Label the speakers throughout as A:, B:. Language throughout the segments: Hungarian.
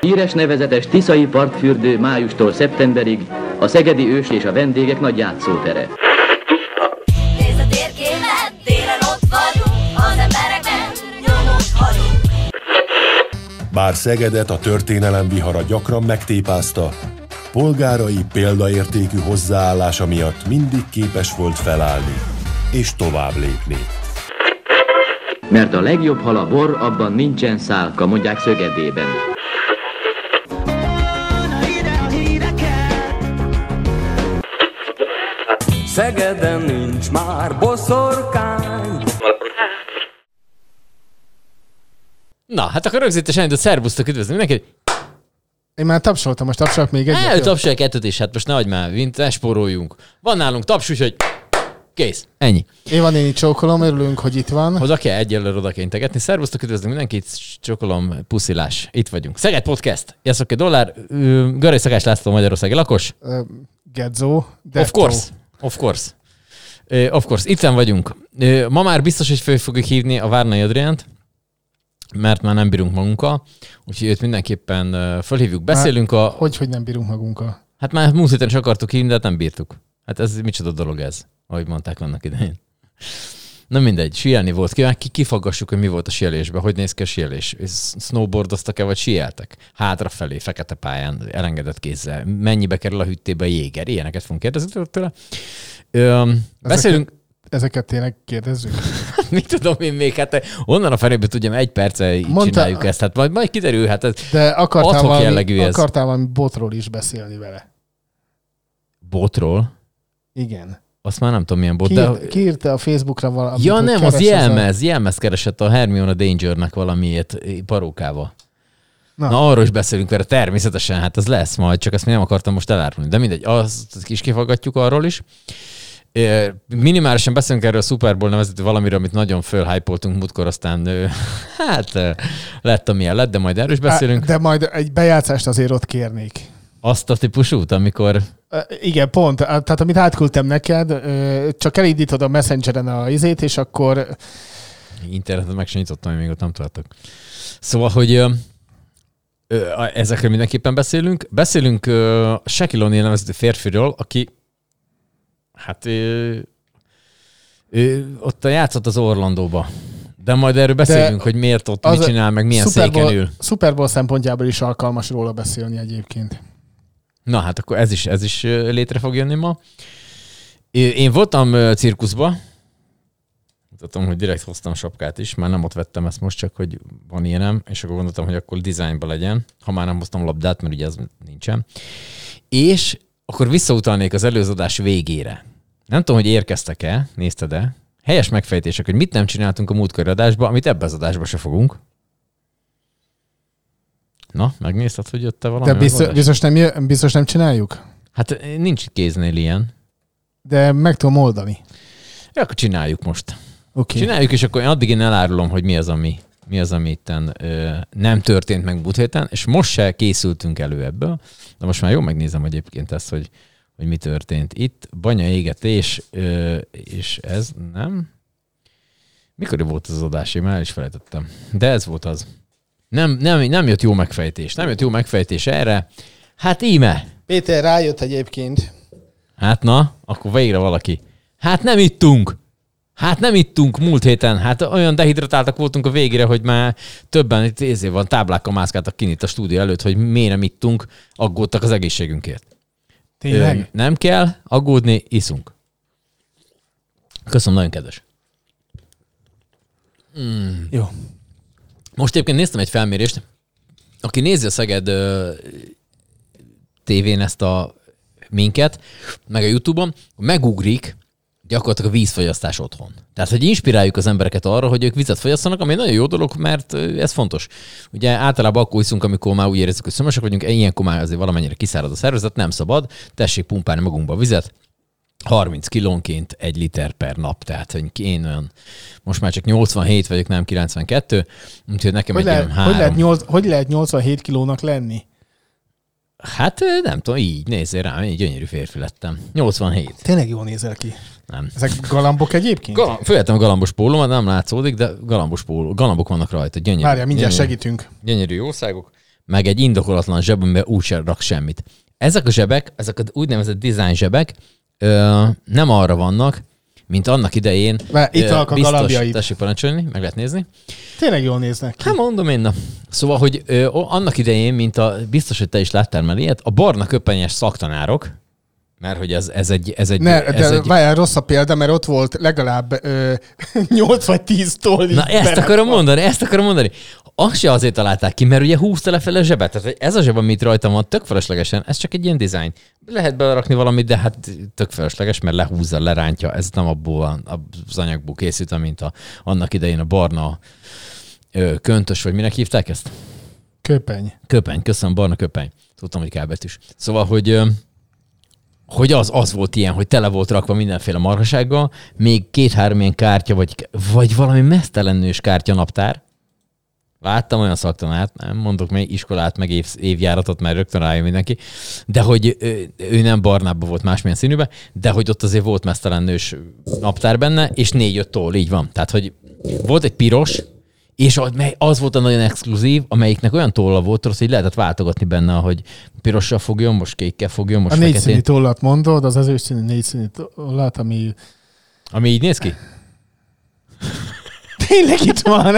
A: Híres nevezetes tiszai partfürdő májustól szeptemberig a szegedi ős és a vendégek nagy játszótere.
B: Nézd a térképet, télen ott vagyunk, az embereknek nyomot hagyunk.
C: Bár Szegedet a történelem vihara gyakran megtépázta, polgárai példaértékű hozzáállása miatt mindig képes volt felállni és tovább lépni.
A: Mert a legjobb hal a bor, abban nincsen szálka, mondják Szögedében.
D: Szegeden nincs már boszorkány.
E: Na, hát akkor rögzítesen indult, szervusztok, üdvözlünk mindenkit.
F: Én már tapsoltam, most tapsolok még egyet.
E: Tapsolj kettőt is, hát most ne adj már, ne spóroljunk. Van nálunk taps, úgyhogy kész. Ennyi.
F: Éva néni, csókolom, örülünk, hogy itt van.
E: Hozzá kell egyelőre oda integetni. Szervusztok, üdvözlünk mindenkit, csókolom, puszilás. Itt vagyunk. Szeged Podcast, Jászok $1, Garai Szakás László, magyarországi lakos.
F: Gedzo.
E: Of course. Itten vagyunk. Ma már biztos, hogy föl fogjuk hívni a Várnai Adriánt, mert már nem bírunk magunkkal, úgyhogy őt mindenképpen fölhívjuk, beszélünk
F: Hogy nem bírunk magunkkal?
E: Hát már múlt héten is akartuk hívni, de hát nem bírtuk. Hát ez micsoda dolog ez, ahogy mondták annak idején. Na mindegy, síelni volt. Kifaggassuk, hogy mi volt a síelésben, hogy néz ki a síelés. Snowboardoztak-e, vagy síeltek? Hátrafelé, fekete pályán, elengedett kézzel. Mennyibe kerül a hűtébe a jéger? Ilyeneket fogunk kérdezni tőle. Beszélünk...
F: Ezeket tényleg kérdezzük?
E: Mit tudom én még, hát onnan a feléből tudjam, 1 perce csináljuk ezt, hát majd kiderül, hát ez
F: de
E: adhok jellegű ez.
F: Akartál valami botról is beszélni vele.
E: Botról?
F: Igen.
E: Azt már nem tudom, milyen bot,
F: Kiírta a Facebookra valamit.
E: Ja nem, az Jelmez keresett a Hermione Dangernek valamiért parókával. Na, arról is beszélünk vele, természetesen, hát ez lesz majd, csak ezt még nem akartam most elárulni. De mindegy, azt is kifaggatjuk arról is. Minimálisan beszélünk erről a Super Bowl nevezetű valamiről, amit nagyon fölhypoltunk múltkor, aztán lett amilyen lett, de majd erről is beszélünk.
F: De majd egy bejátszást azért ott kérnék.
E: Azt a típusút, amikor...
F: Igen, pont. Tehát amit átküldtem neked, csak elindítod a Messengeren a izét, és akkor...
E: Internetet meg sem nyitottam, még ott nem tudtak. Szóval, hogy ezekről mindenképpen beszélünk. Beszélünk Shaquille O'Neal nevezetű férfiről, aki hát ott játszott az Orlandóba. De majd erről beszélünk, hogy miért ott, mit csinál, meg milyen széken ül.
F: Super Bowl szempontjából is alkalmas róla beszélni egyébként.
E: Na hát akkor ez is létre fog jönni ma. Én voltam cirkuszba. Mutatom, hogy direkt hoztam sapkát is. Már nem ott vettem ezt most, csak hogy van ilyenem. És akkor gondoltam, hogy akkor dizájnba legyen. Ha már nem hoztam labdát, mert ugye ez nincsen. És akkor visszautalnék az előző adás végére. Nem tudom, hogy érkeztek-e, nézted-e? Helyes megfejtések, hogy mit nem csináltunk a múltkori adásba, amit ebbe az adásba se fogunk. Na, megnézted, hogy jött-e valami?
F: De biztos nem csináljuk?
E: Hát nincs kéznél ilyen.
F: De meg tudom oldani.
E: Ja, akkor csináljuk most.
F: Okay.
E: Csináljuk, és akkor addig én elárulom, hogy mi az, ami itten nem történt meg múlt héten, és most se készültünk elő ebből, de most már jól megnézem egyébként ezt, hogy mi történt. Itt banya égetés, és ez nem? Mikor volt az adás? Én már el is felejtettem. De ez volt az. Nem jött jó megfejtés. Nem jött jó megfejtés erre. Hát íme.
F: Péter rájött egyébként.
E: Hát na, akkor végre valaki. Hát nem ittunk múlt héten. Hát olyan dehidratáltak voltunk a végére, hogy már többen itt van táblákkal mászkáltak kint itt a stúdió előtt, hogy miért nem ittunk, aggódtak az egészségünkért.
F: Tényleg?
E: Nem kell aggódni, iszunk. Köszönöm, nagyon kedves.
F: Jó.
E: Most egyébként néztem egy felmérést. Aki nézi a Szeged tévén ezt a minket, meg a YouTube-on, megugrik gyakorlatilag a vízfogyasztás otthon. Tehát, hogy inspiráljuk az embereket arra, hogy ők vizet fogyasszanak, ami nagyon jó dolog, mert ez fontos. Ugye általában akkor iszunk, amikor már úgy érezzük, hogy szomjasak vagyunk, ilyenkor már azért valamennyire kiszárad a szervezet, nem szabad, tessék pumpálni magunkba a vizet, 30 kilónként 1 liter per nap, tehát hogy én olyan, most már csak 87 vagyok, nem 92, úgyhogy nekem egy olyan 3.
F: Hogy lehet 87 kilónak lenni?
E: Hát nem tudom, így nézzél rám, én gyönyörű férfi lettem. 87.
F: Tényleg jól nézel ki.
E: Nem.
F: Ezek galambok egyébként?
E: Följöttem a galambos pólómat, nem látszódik, de galambok vannak rajta. Gyönyörű.
F: Várjál, mindjárt segítünk.
E: Gyönyörű országok. meg egy indokolatlan zseb, amiben úgyse rak semmit. Ezek a zsebek, ezek az úgynevezett design zsebek nem arra vannak, mint annak idején.
F: Itt vannak a galambjaid.
E: Tessék parancsolni, meg lehet nézni.
F: Tényleg jól néznek ki.
E: Hát mondom én, na. Szóval, hogy annak idején, mint biztos, hogy te is láttál már ilyet, a barna köpenyes szaktanárok, mert hogy ez egy...
F: Várjál, rossz a példa, mert ott volt legalább 8 vagy 10 toll.
E: Na, ezt akarom mondani. Azt se azért találták ki, mert ugye húzta lefele a zsebet. Tehát ez a zseb, amit rajtam van, tök feleslegesen, ez csak egy ilyen dizájn. Lehet belerakni valamit, de hát tök felesleges, mert lehúzza, lerántja. Ez nem abból az anyagból készült, mint annak idején a barna köntös, vagy minek hívták ezt? Köpeny, köszönöm, barna köpeny. Tudtam, hogy kábetűs. Szóval, hogy az volt ilyen, hogy tele volt rakva mindenféle marhasággal, még 2-3 ilyen kártya, vagy valami mesztelennős kártyanaptár. Láttam olyan szaktanárt, nem mondok még iskolát, meg évjáratot, mert rögtön rájön mindenki, de hogy ő nem barnábban volt, másmilyen színűben, de hogy ott azért volt mesztelennős naptár benne, és 4-5 toll, így van. Tehát, hogy volt egy piros, és az volt a nagyon exkluzív, amelyiknek olyan tolla volt, hogy lehetett váltogatni benne, hogy pirossal fogjon, most kékkel fogjon, most
F: feketén. A 4 színű tollat mondod, az ezőszínű 4 színű tollat, ami
E: így néz ki?
F: Tényleg itt van,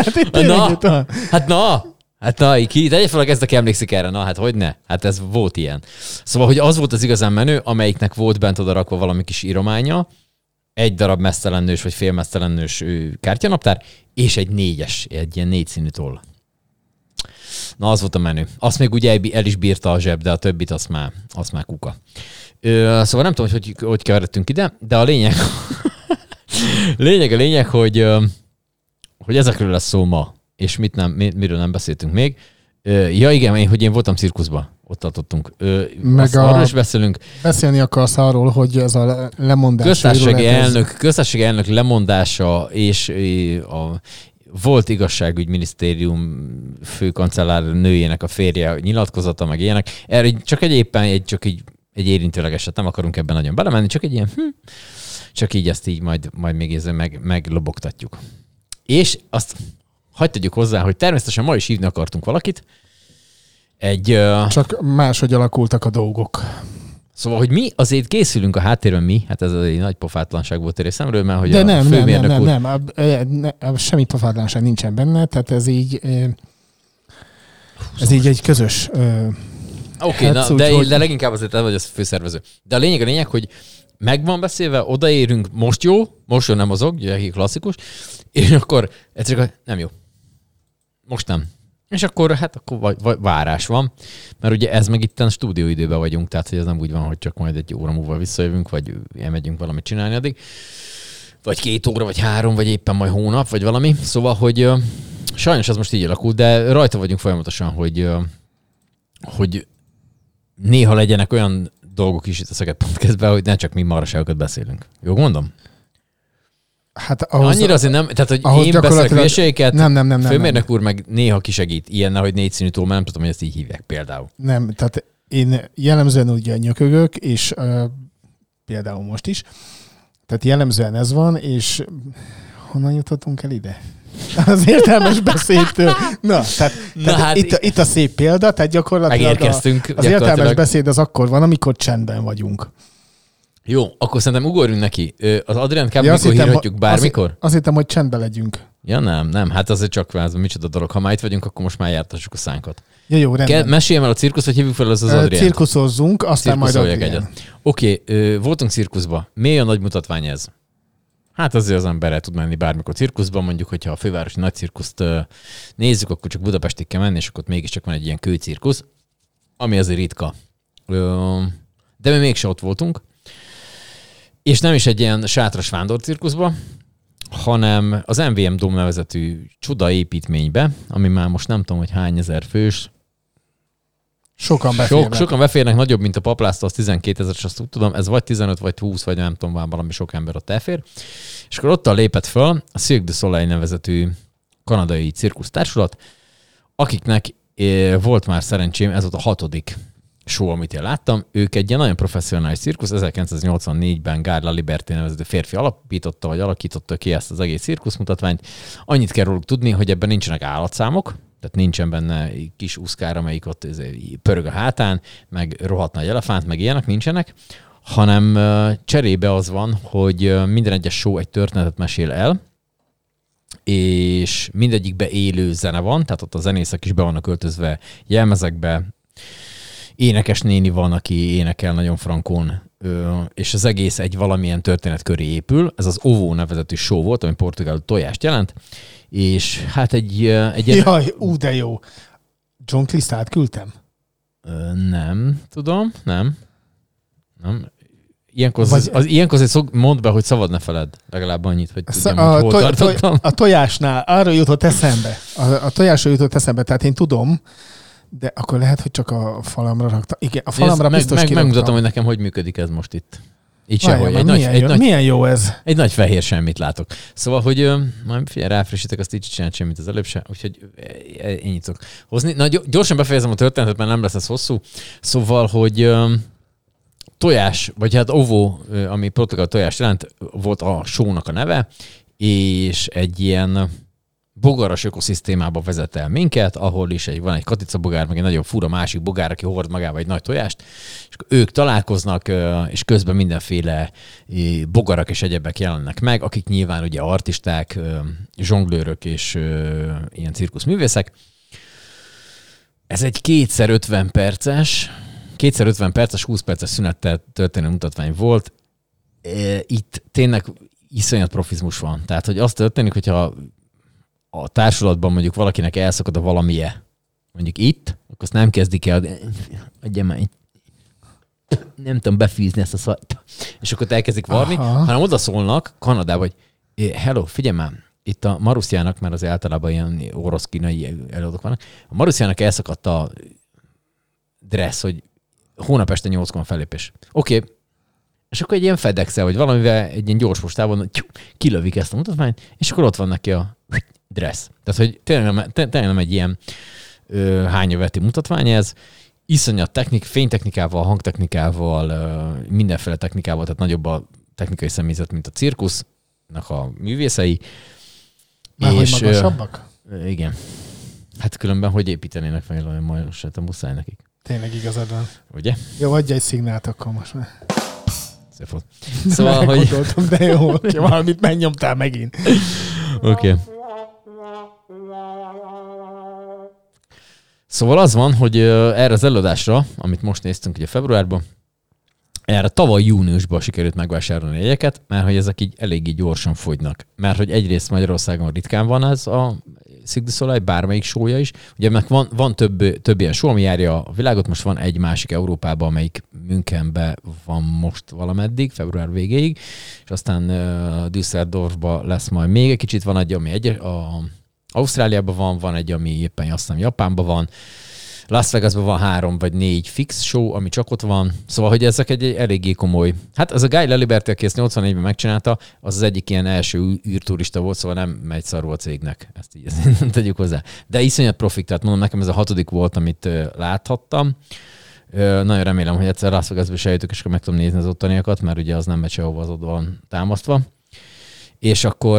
E: Hát na, ki tegye fel, kezdek emlékszik erre, na hát hogyne? Hát ez volt ilyen. Szóval, hogy az volt az igazán menő, amelyiknek volt bent oda rakva valami kis írománya, egy darab mesztelennős vagy félmesztelennős kártyanaptár, és egy ilyen 4 színű toll. Na, az volt a menő. Azt még ugye el is bírta a zseb, de a többit azt már kuka. Szóval nem tudom, hogy keveredtünk ide, de a lényeg, hogy ezekről lesz szó ma, és miről nem beszéltünk még. Ja igen, hogy én voltam cirkuszban, ott tartottunk. Arról is beszélünk.
F: Beszélni akarsz arról, hogy ez a lemondás...
E: Köztársasági elnök lemondása és a volt igazságügyminisztérium főkancellár nőjének a férje nyilatkozata, meg ilyenek. Erre csak egy érintőlegeset, nem akarunk ebben nagyon belemenni, csak egy ilyen csak így ezt így majd még meglobogtatjuk. És azt hagyd tegyük hozzá, hogy természetesen ma is hívni akartunk valakit.
F: Csak máshogy alakultak a dolgok.
E: Szóval, hogy mi azért készülünk a háttérben, hát ez egy nagy pofátlanság volt részemről, mert hogy
F: de a főmérnök úr... Nem, semmi pofátlanság nincsen benne, tehát ez így egy közös
E: Oké, de leginkább azért te vagy az főszervező. De a lényeg, hogy meg van beszélve, odaérünk, most jó nem mozog, ugye klasszikus, és akkor egyszerűen nem jó. Most nem. És akkor várás van, mert ugye ez meg itten stúdióidőben vagyunk, tehát hogy ez nem úgy van, hogy csak majd egy óra múlva visszajövünk, vagy elmegyünk valamit csinálni addig, vagy 2 óra, vagy 3, vagy éppen majd hónap, vagy valami. Szóval, hogy sajnos ez most így alakul, de rajta vagyunk folyamatosan, hogy néha legyenek olyan dolgok is itt a Szeged Podcastben, hogy ne csak mi maraságokat beszélünk. Jó mondom?
F: Hát
E: annyira azért nem, tehát hogy én beszélek hülyeségeket, főmérnök úr meg néha kisegít ilyennel, hogy 4 színű toll, mert nem tudom, hogy ezt így hívják például.
F: Nem, tehát én jellemzően ugye nyökögök, és például most is, tehát jellemzően ez van, és honnan jutottunk el ide? Az értelmes beszédtől. Tehát itt a szép példa, tehát gyakorlatilag az értelmes beszéd az akkor van, amikor csendben vagyunk.
E: Jó, akkor szerintem ugorjunk neki. Az Adriánt kb. Mikor hírhatjuk? Bármikor?
F: Azt hittem, hogy csendben legyünk.
E: Ja nem, hát azért csak vázban micsoda dolog. Ha már itt vagyunk, akkor most már jártassuk a szánkat.
F: Ja, jó, rendben.
E: Meséljem el a cirkusz, vagy hívjuk fel az Adriánt?
F: Cirkuszozzunk, aztán majd Adrián.
E: Oké, voltunk cirkuszba. Mi a nagy mutatvány ez? Hát azért az ember el tud menni bármikor cirkuszban, mondjuk, hogyha a fővárosi nagy cirkuszt nézzük, akkor csak Budapestig kell menni, és akkor mégiscsak van egy ilyen kőcirkusz, ami azért ritka. De mi mégse ott voltunk. És nem is egy ilyen sátras vándorcirkuszba, hanem az MVM Dóm nevezetű csuda építménybe, ami már most nem tudom, hogy hány ezer fős.
F: Sokan beférnek.
E: Sokan beférnek, nagyobb, mint a Paplászta, az 12 000, és azt úgy tudom, ez vagy 15, vagy 20, vagy nem tudom, van valami sok ember ott elfér. És akkor ott lépett föl a Cirque du Soleil nevezetű kanadai cirkusztársulat, akiknek volt már szerencsém, ez volt a 6. show, amit én láttam. Ők egy ilyen nagyon professzionális cirkusz, 1984-ben Gare La Liberté nevezetű férfi alakította ki ezt az egész cirkuszmutatványt. Annyit kell róluk tudni, hogy ebben nincsenek állatszámok, tehát nincsen benne kis úszkár, amelyik ott pörög a hátán, meg rohadt nagy elefánt, meg ilyenek nincsenek, hanem cserébe az van, hogy minden egyes show egy történetet mesél el, és mindegyikbe élő zene van, tehát ott a zenészek is be vannak öltözve jelmezekbe, énekes néni van, aki énekel nagyon frankón, és az egész egy valamilyen történet köré épül. Ez az OVO nevezetű show volt, ami portugálul tojást jelent, és hát egy
F: Jaj, de jó. John Cleese-t küldtem?
E: Nem tudom, nem. Ilyenkor azért mondd be, hogy szabad ne feled. Legalább annyit, hogy tudjam, hogy hol tartottam.
F: A tojásnál arra jutott eszembe. A tojásra jutott eszembe, tehát én tudom, de akkor lehet, hogy csak a falamra raktam. Igen, a falamra biztos kiraktam.
E: Megmutatom, hogy nekem hogy működik ez most itt. Így
F: sehogy. Milyen jó ez.
E: Egy nagy fehér semmit látok. Szóval, hogy majd figyelj, ráfrissítek, azt így csinált semmit az előbb se, úgyhogy ennyit tudok hozni. Na, gyorsan befejezem a történetet, mert nem lesz ez hosszú. Szóval, hogy tojás, vagy hát OVO, ami portugál tojás jelent, volt a show-nak a neve, és egy ilyen bogaras ökoszisztémába vezet el minket, ahol is van egy katica bogár, meg egy nagyon fura másik bogár, aki hord magába egy nagy tojást, és ők találkoznak, és közben mindenféle bogarak és egyebek jelennek meg, akik nyilván ugye artisták, zsonglőrök és ilyen cirkuszművészek. Ez egy 2x50 perces, 20 perces szünettel történő mutatvány volt. Itt tényleg iszonyat profizmus van. Tehát, hogy az történik, hogyha a társulatban mondjuk valakinek elszakad a valamije, mondjuk itt, akkor azt nem kezdik el, adjam már, nem tudom befűzni ezt a szart, és akkor elkezdik varni, hanem odaszólnak Kanadába, hogy hello, figyelj már, itt a Marussjának, mert az általában ilyen orosz-kínai előadók vannak, a Marussjának elszakadt a dress, hogy hónap este 8-kor fellépés. Oké. És akkor egy ilyen FedEx-el, vagy valamivel egy ilyen gyors postában kilövik ezt a mutatványt, és akkor ott van neki a dress. Tehát, hogy tényleg nem egy ilyen hányöveti mutatvány ez. Iszonyat fénytechnikával, hangtechnikával, mindenféle technikával, tehát nagyobb a technikai személyzet, mint a cirkusznak a művészei.
F: Hogy magasabbak?
E: Igen. Hát különben hogy építenének fel, hogy majd most muszáj nekik.
F: Tényleg igazad van.
E: Ugye?
F: Jó, adj egy szignált akkor most már.
E: Szép volt. Szóval, hogy...
F: de jó, hogyha valamit megnyomtál megint.
E: Oké. Szóval az van, hogy erre az előadásra, amit most néztünk ugye februárban, erre tavaly júniusban sikerült megvásárolni jegyeket, mert hogy ezek így eléggé gyorsan fogynak. Mert hogy egyrészt Magyarországon ritkán van ez a Cirque du Soleil, bármelyik show-ja is. Ugye meg van több ilyen show, ami járja a világot, most van egy másik Európában, amelyik Münchenben van most valameddig, február végéig, és aztán Düsseldorfban lesz majd még egy kicsit, van egy, ami Ausztráliában van egy, ami éppen azt hiszem Japánban van, Las Vegasban van 3 vagy 4 fix show, ami csak ott van. Szóval, hogy ezek egy eléggé komoly. Hát az a Guy Laliberté, aki ezt 84-ben megcsinálta, az egyik ilyen első űrturista volt, szóval nem megy szarul a cégnek. Ezt így tegyük hozzá. De iszonyat profik, tehát mondom, nekem ez a 6. volt, amit láthattam. Nagyon remélem, hogy egyszer Las Vegasba se jöttök, és akkor meg tudom nézni az ottaniakat, mert ugye az nem megy sehova, az ott van támasztva. És akkor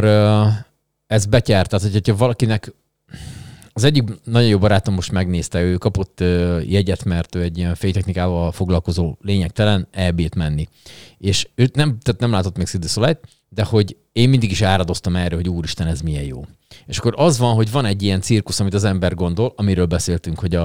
E: ez betyárt, tehát hogyha valakinek az egyik nagyon jó barátom most megnézte, ő kapott jegyet, mert ő egy ilyen fénytechnikával foglalkozó lényegtelen elbírt menni. És ő nem látott még Cirque du Soleil-t, de hogy én mindig is áradoztam erre, hogy úristen, ez milyen jó. És akkor az van, hogy van egy ilyen cirkusz, amit az ember gondol, amiről beszéltünk, hogy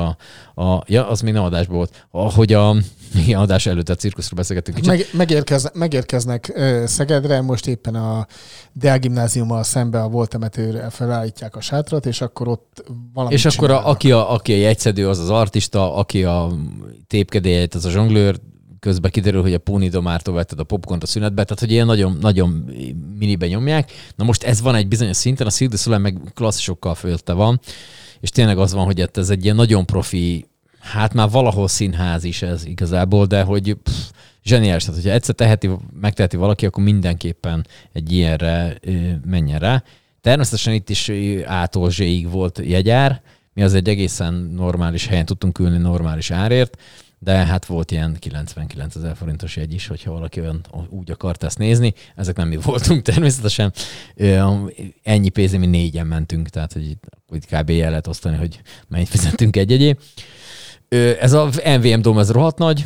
E: az még nem adásban volt, hogy igen, adás előtt a cirkuszról beszélgettünk kicsit.
F: Megérkeznek Szegedre, most éppen a Deák gimnáziummal szembe a volt temetőre felállítják a sátrat, és akkor ott valamit
E: és akkor
F: csinálnak.
E: aki a jegyszedő, az az artista, aki a tépkedélyet, az a zsonglőr, közben kiderül, hogy a Punidomártól vetted a popcornt a szünetbe, tehát hogy ilyen nagyon, nagyon miniben nyomják. Na most ez van egy bizonyos szinten, a Cirque du Soleil meg klasszisokkal fölötte van, és tényleg az van, hogy ez egy ilyen nagyon profi, hát már valahol színház is ez igazából, de hogy zseniális, tehát hogyha egyszer megteheti valaki, akkor mindenképpen egy ilyenre menjen rá. Természetesen itt is A-tól Z-ig volt jegyár, mi az egy egészen normális helyen tudtunk ülni normális árért, de hát volt ilyen 99 000 forintos jegy is, hogyha valaki olyan úgy akart ezt nézni. Ezek nem mi voltunk természetesen. Ennyi pénzé mi 4-en mentünk, tehát hogy kb. El lehet osztani, hogy mennyit fizettünk egy jegyé. Ez a MVM Dome, ez rohadt nagy.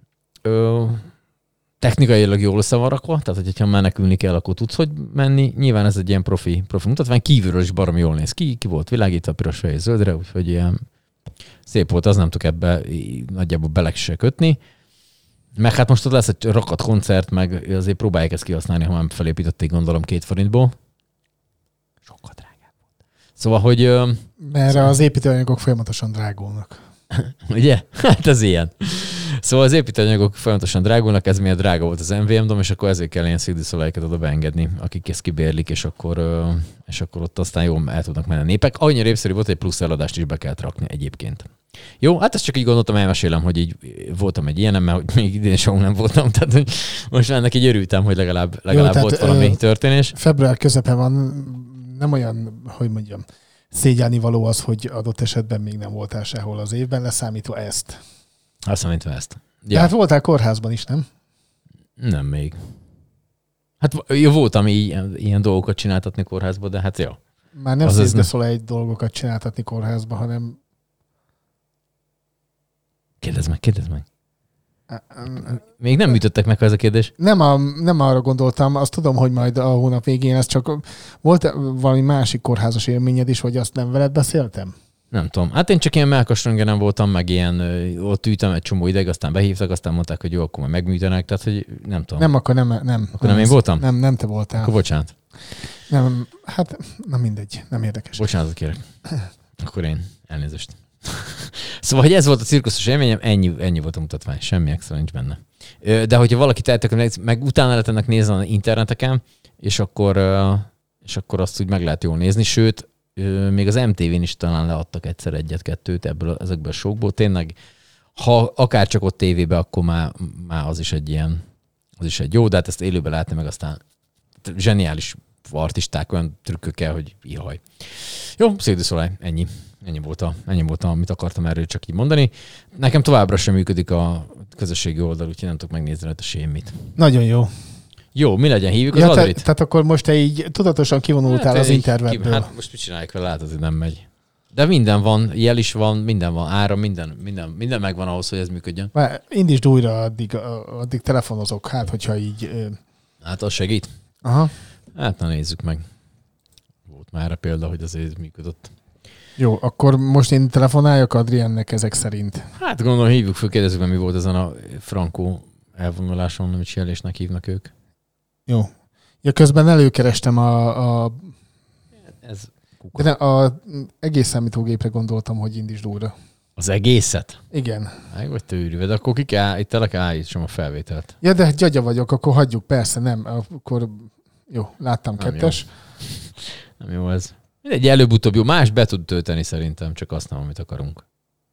E: Technikailag jól össze van rakva, tehát hogyha menekülni kell, akkor tudsz, hogy menni. Nyilván ez egy ilyen profi mutatvány, kívülről is baromi jól néz ki volt világítva pirosra és zöldre, úgyhogy ilyen szép volt, az nem tudok ebbe nagyjából bele se kötni. Meg hát most ott lesz egy rakat koncert, meg azért próbálják ezt kihasználni, ha már felépítették, gondolom 2 forintból. Sokkal drágább volt. Szóval, hogy...
F: Mert az építőanyagok folyamatosan drágulnak.
E: Ugye? Hát ez ilyen. Szóval az építőanyagok folyamatosan drágulnak, ez miatt drága volt az MVM Dome, és akkor ezért kell ilyen Cirque du Soleil-eket oda beengedni, akik ezt kibérlik, és akkor ott aztán jól el tudnak menni a népek. Annyira népszerű volt, hogy plusz eladást is be kellett rakni egyébként. Jó, hát ezt csak így gondoltam, elmesélem, hogy így voltam egy ilyenem, mert hogy még idén soha nem voltam, tehát hogy most már ennek így örültem, hogy legalább jó, volt valami történés.
F: Február közepe van, nem olyan, hogy mondjam, szégyelni való az, hogy adott esetben még nem voltál sehol az évben, leszámítva ezt.
E: Leszámítva ezt.
F: Ja. Hát voltál kórházban is, nem?
E: Nem még. Hát jó, voltam ilyen dolgokat csináltatni kórházban, de hát jó.
F: Már nem Cirque du Soleil dolgokat csináltatni kórházba, hanem...
E: Kérdezd meg. Még nem ütöttek meg ez a kérdés?
F: Nem arra gondoltam, azt tudom, hogy majd a hónap végén ez csak... Volt valami másik kórházas élményed is, vagy azt nem veled beszéltem?
E: Nem tudom. Hát én csak ilyen melkasröntgenen voltam, meg ilyen, ott ültem egy csomó ideig, aztán behívtak, aztán mondták, hogy jó, akkor majd megműtenek, tehát hogy nem tudom.
F: Nem, akkor nem.
E: Akkor nem én voltam?
F: Nem te voltál.
E: Akkor bocsánat.
F: Nem, hát na mindegy, nem érdekes.
E: Bocsánatot kérek. Akkor én. Elnézést. Szóval, hogy ez volt a cirkuszos élményem, ennyi volt a mutatvány, semmi extra nincs benne. De hogyha valaki tehetően meg utána lehet ennek nézni az interneteken, és akkor azt úgy meg lehet jól nézni, sőt, még az MTV-n is talán leadtak egyszer egyet-kettőt ezekből a showkból. Tényleg, ha akár csak ott tévébe, akkor már az is egy jó, de hát ezt élőben látni meg aztán zseniális artisták, olyan trükkökkel, hogy ihaj. Jó, Cirque du Soleil, ennyi. Ennyi volt, amit akartam erről csak így mondani. Nekem továbbra sem működik a közösségi oldal, úgyhogy nem tudok megnézni rajta semmit.
F: Nagyon jó.
E: Jó, mi legyen? Hívjuk az Adrit?
F: Tehát akkor most te így tudatosan kivonultál az interwebből.
E: Hát most mit csinálják vele? Látod, hogy nem megy. De minden van, jel is van, minden van, áram, minden megvan ahhoz, hogy ez működjön.
F: Indítsd újra, addig telefonozok, hát hogyha így...
E: Hát az segít?
F: Aha.
E: Hát na nézzük meg. Volt már erre példa, hogy azért működött.
F: Jó, akkor most én telefonáljak Adriennek ezek szerint.
E: Hát gondolom hívjuk föl, kérdezzük meg, mi volt ezen a frankó elvonuláson, amit jelésnek hívnak ők.
F: Jó. Ja, közben előkerestem
E: Ez
F: de az egész számítógépre gondoltam, hogy indítsd újra.
E: Az egészet?
F: Igen.
E: Meg vagy tőrűve, de akkor itt el kell állítsam a felvételt.
F: Ja, de gyagya vagyok, akkor hagyjuk, persze, nem. Akkor jó, láttam
E: Nem
F: 2-es.
E: Jó. Nem jó ez. Mindegy, előbb-utóbb jó. Más be tud tölteni szerintem, csak azt nem, amit akarunk.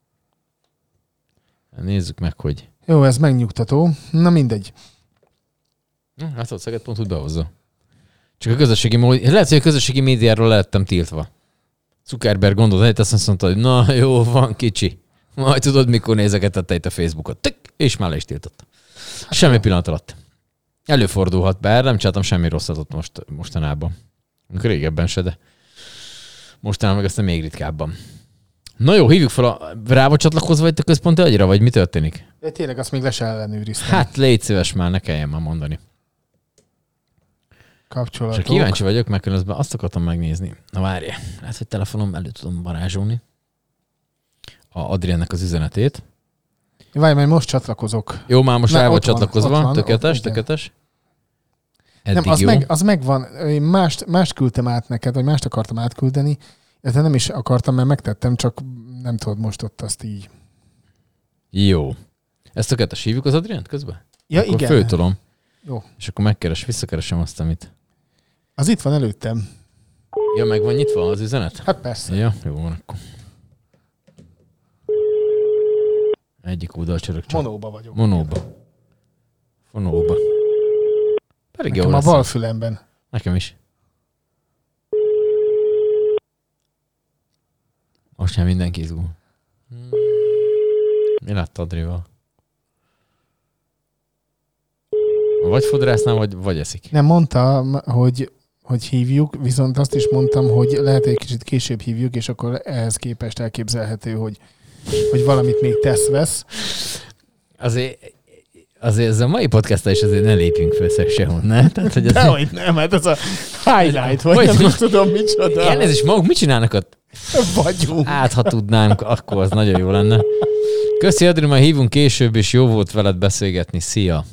E: Nézzük meg, hogy...
F: Jó, ez megnyugtató. Na mindegy.
E: Hát ott Szeged.hu behozza. Csak a közösségi lehet, hogy a közösségi médiáról lettem tiltva. Zuckerberg gondolt, azt mondta, hogy na jó, van kicsi. Majd tudod, mikor nézegetette itt a Facebookot. Tök, és már le is tiltotta. Semmi pillanat alatt. Előfordulhat, bár nem csináltam semmi rosszat ott mostanában. Régebben se, de mostanában meg aztán még ritkábban. Na jó, hívjuk fel rá vagy csatlakozva itt a központi agyra, vagy mi történik?
F: De tényleg azt még le se ellenőriztem.
E: Hát légy szíves már, ne kelljen már mondani.
F: Kapcsolatok.
E: Csak kíváncsi vagyok, mert közben azt akartam megnézni. Na várjál, lehet, hogy telefonom elő tudom varázsolni a Adriennek az üzenetét.
F: Várj, majd most csatlakozok.
E: Jó, már most rá vagy csatlakozva.
F: Van,
E: tökéletes.
F: Nem, az megvan. Én mást küldtem át neked, vagy mást akartam átküldeni. De nem is akartam, mert megtettem, csak nem tudod most ott azt így.
E: Jó. Ezt tökéletes, hívjuk az Adrient közben?
F: Ja,
E: akkor
F: igen.
E: föltolom.
F: Jó.
E: És akkor visszakeresem azt, amit...
F: Az itt van előttem.
E: Ja, meg van nyitva az üzenet?
F: Hát persze.
E: Ja, jó van akkor. Egyik oldal csörök csak.
F: Monóba vagyok.
E: Fonóba. Pedig
F: nekem
E: jó
F: a
E: lesz.
F: bal fülemben.
E: Nekem is. Most már mindenki izgul. Mi lett Adrival? Vagy fodrásznál, vagy eszik.
F: Nem, mondta, hogy hívjuk, viszont azt is mondtam, hogy lehet egy kicsit később hívjuk, és akkor ehhez képest elképzelhető, hogy valamit még tesz-vesz.
E: Azért ez a mai podcast-tal is azért ne lépjünk fel sehonnan. Tehát, hogy
F: Dehogy nem, hát ez a highlight, vagy nem tudom micsoda.
E: Elnézést, maguk mit csinálnak ott?
F: Vagyunk.
E: Hát, ha tudnánk, akkor az nagyon jó lenne. Köszi, Adri, majd hívunk később, és jó volt veled beszélgetni. Szia!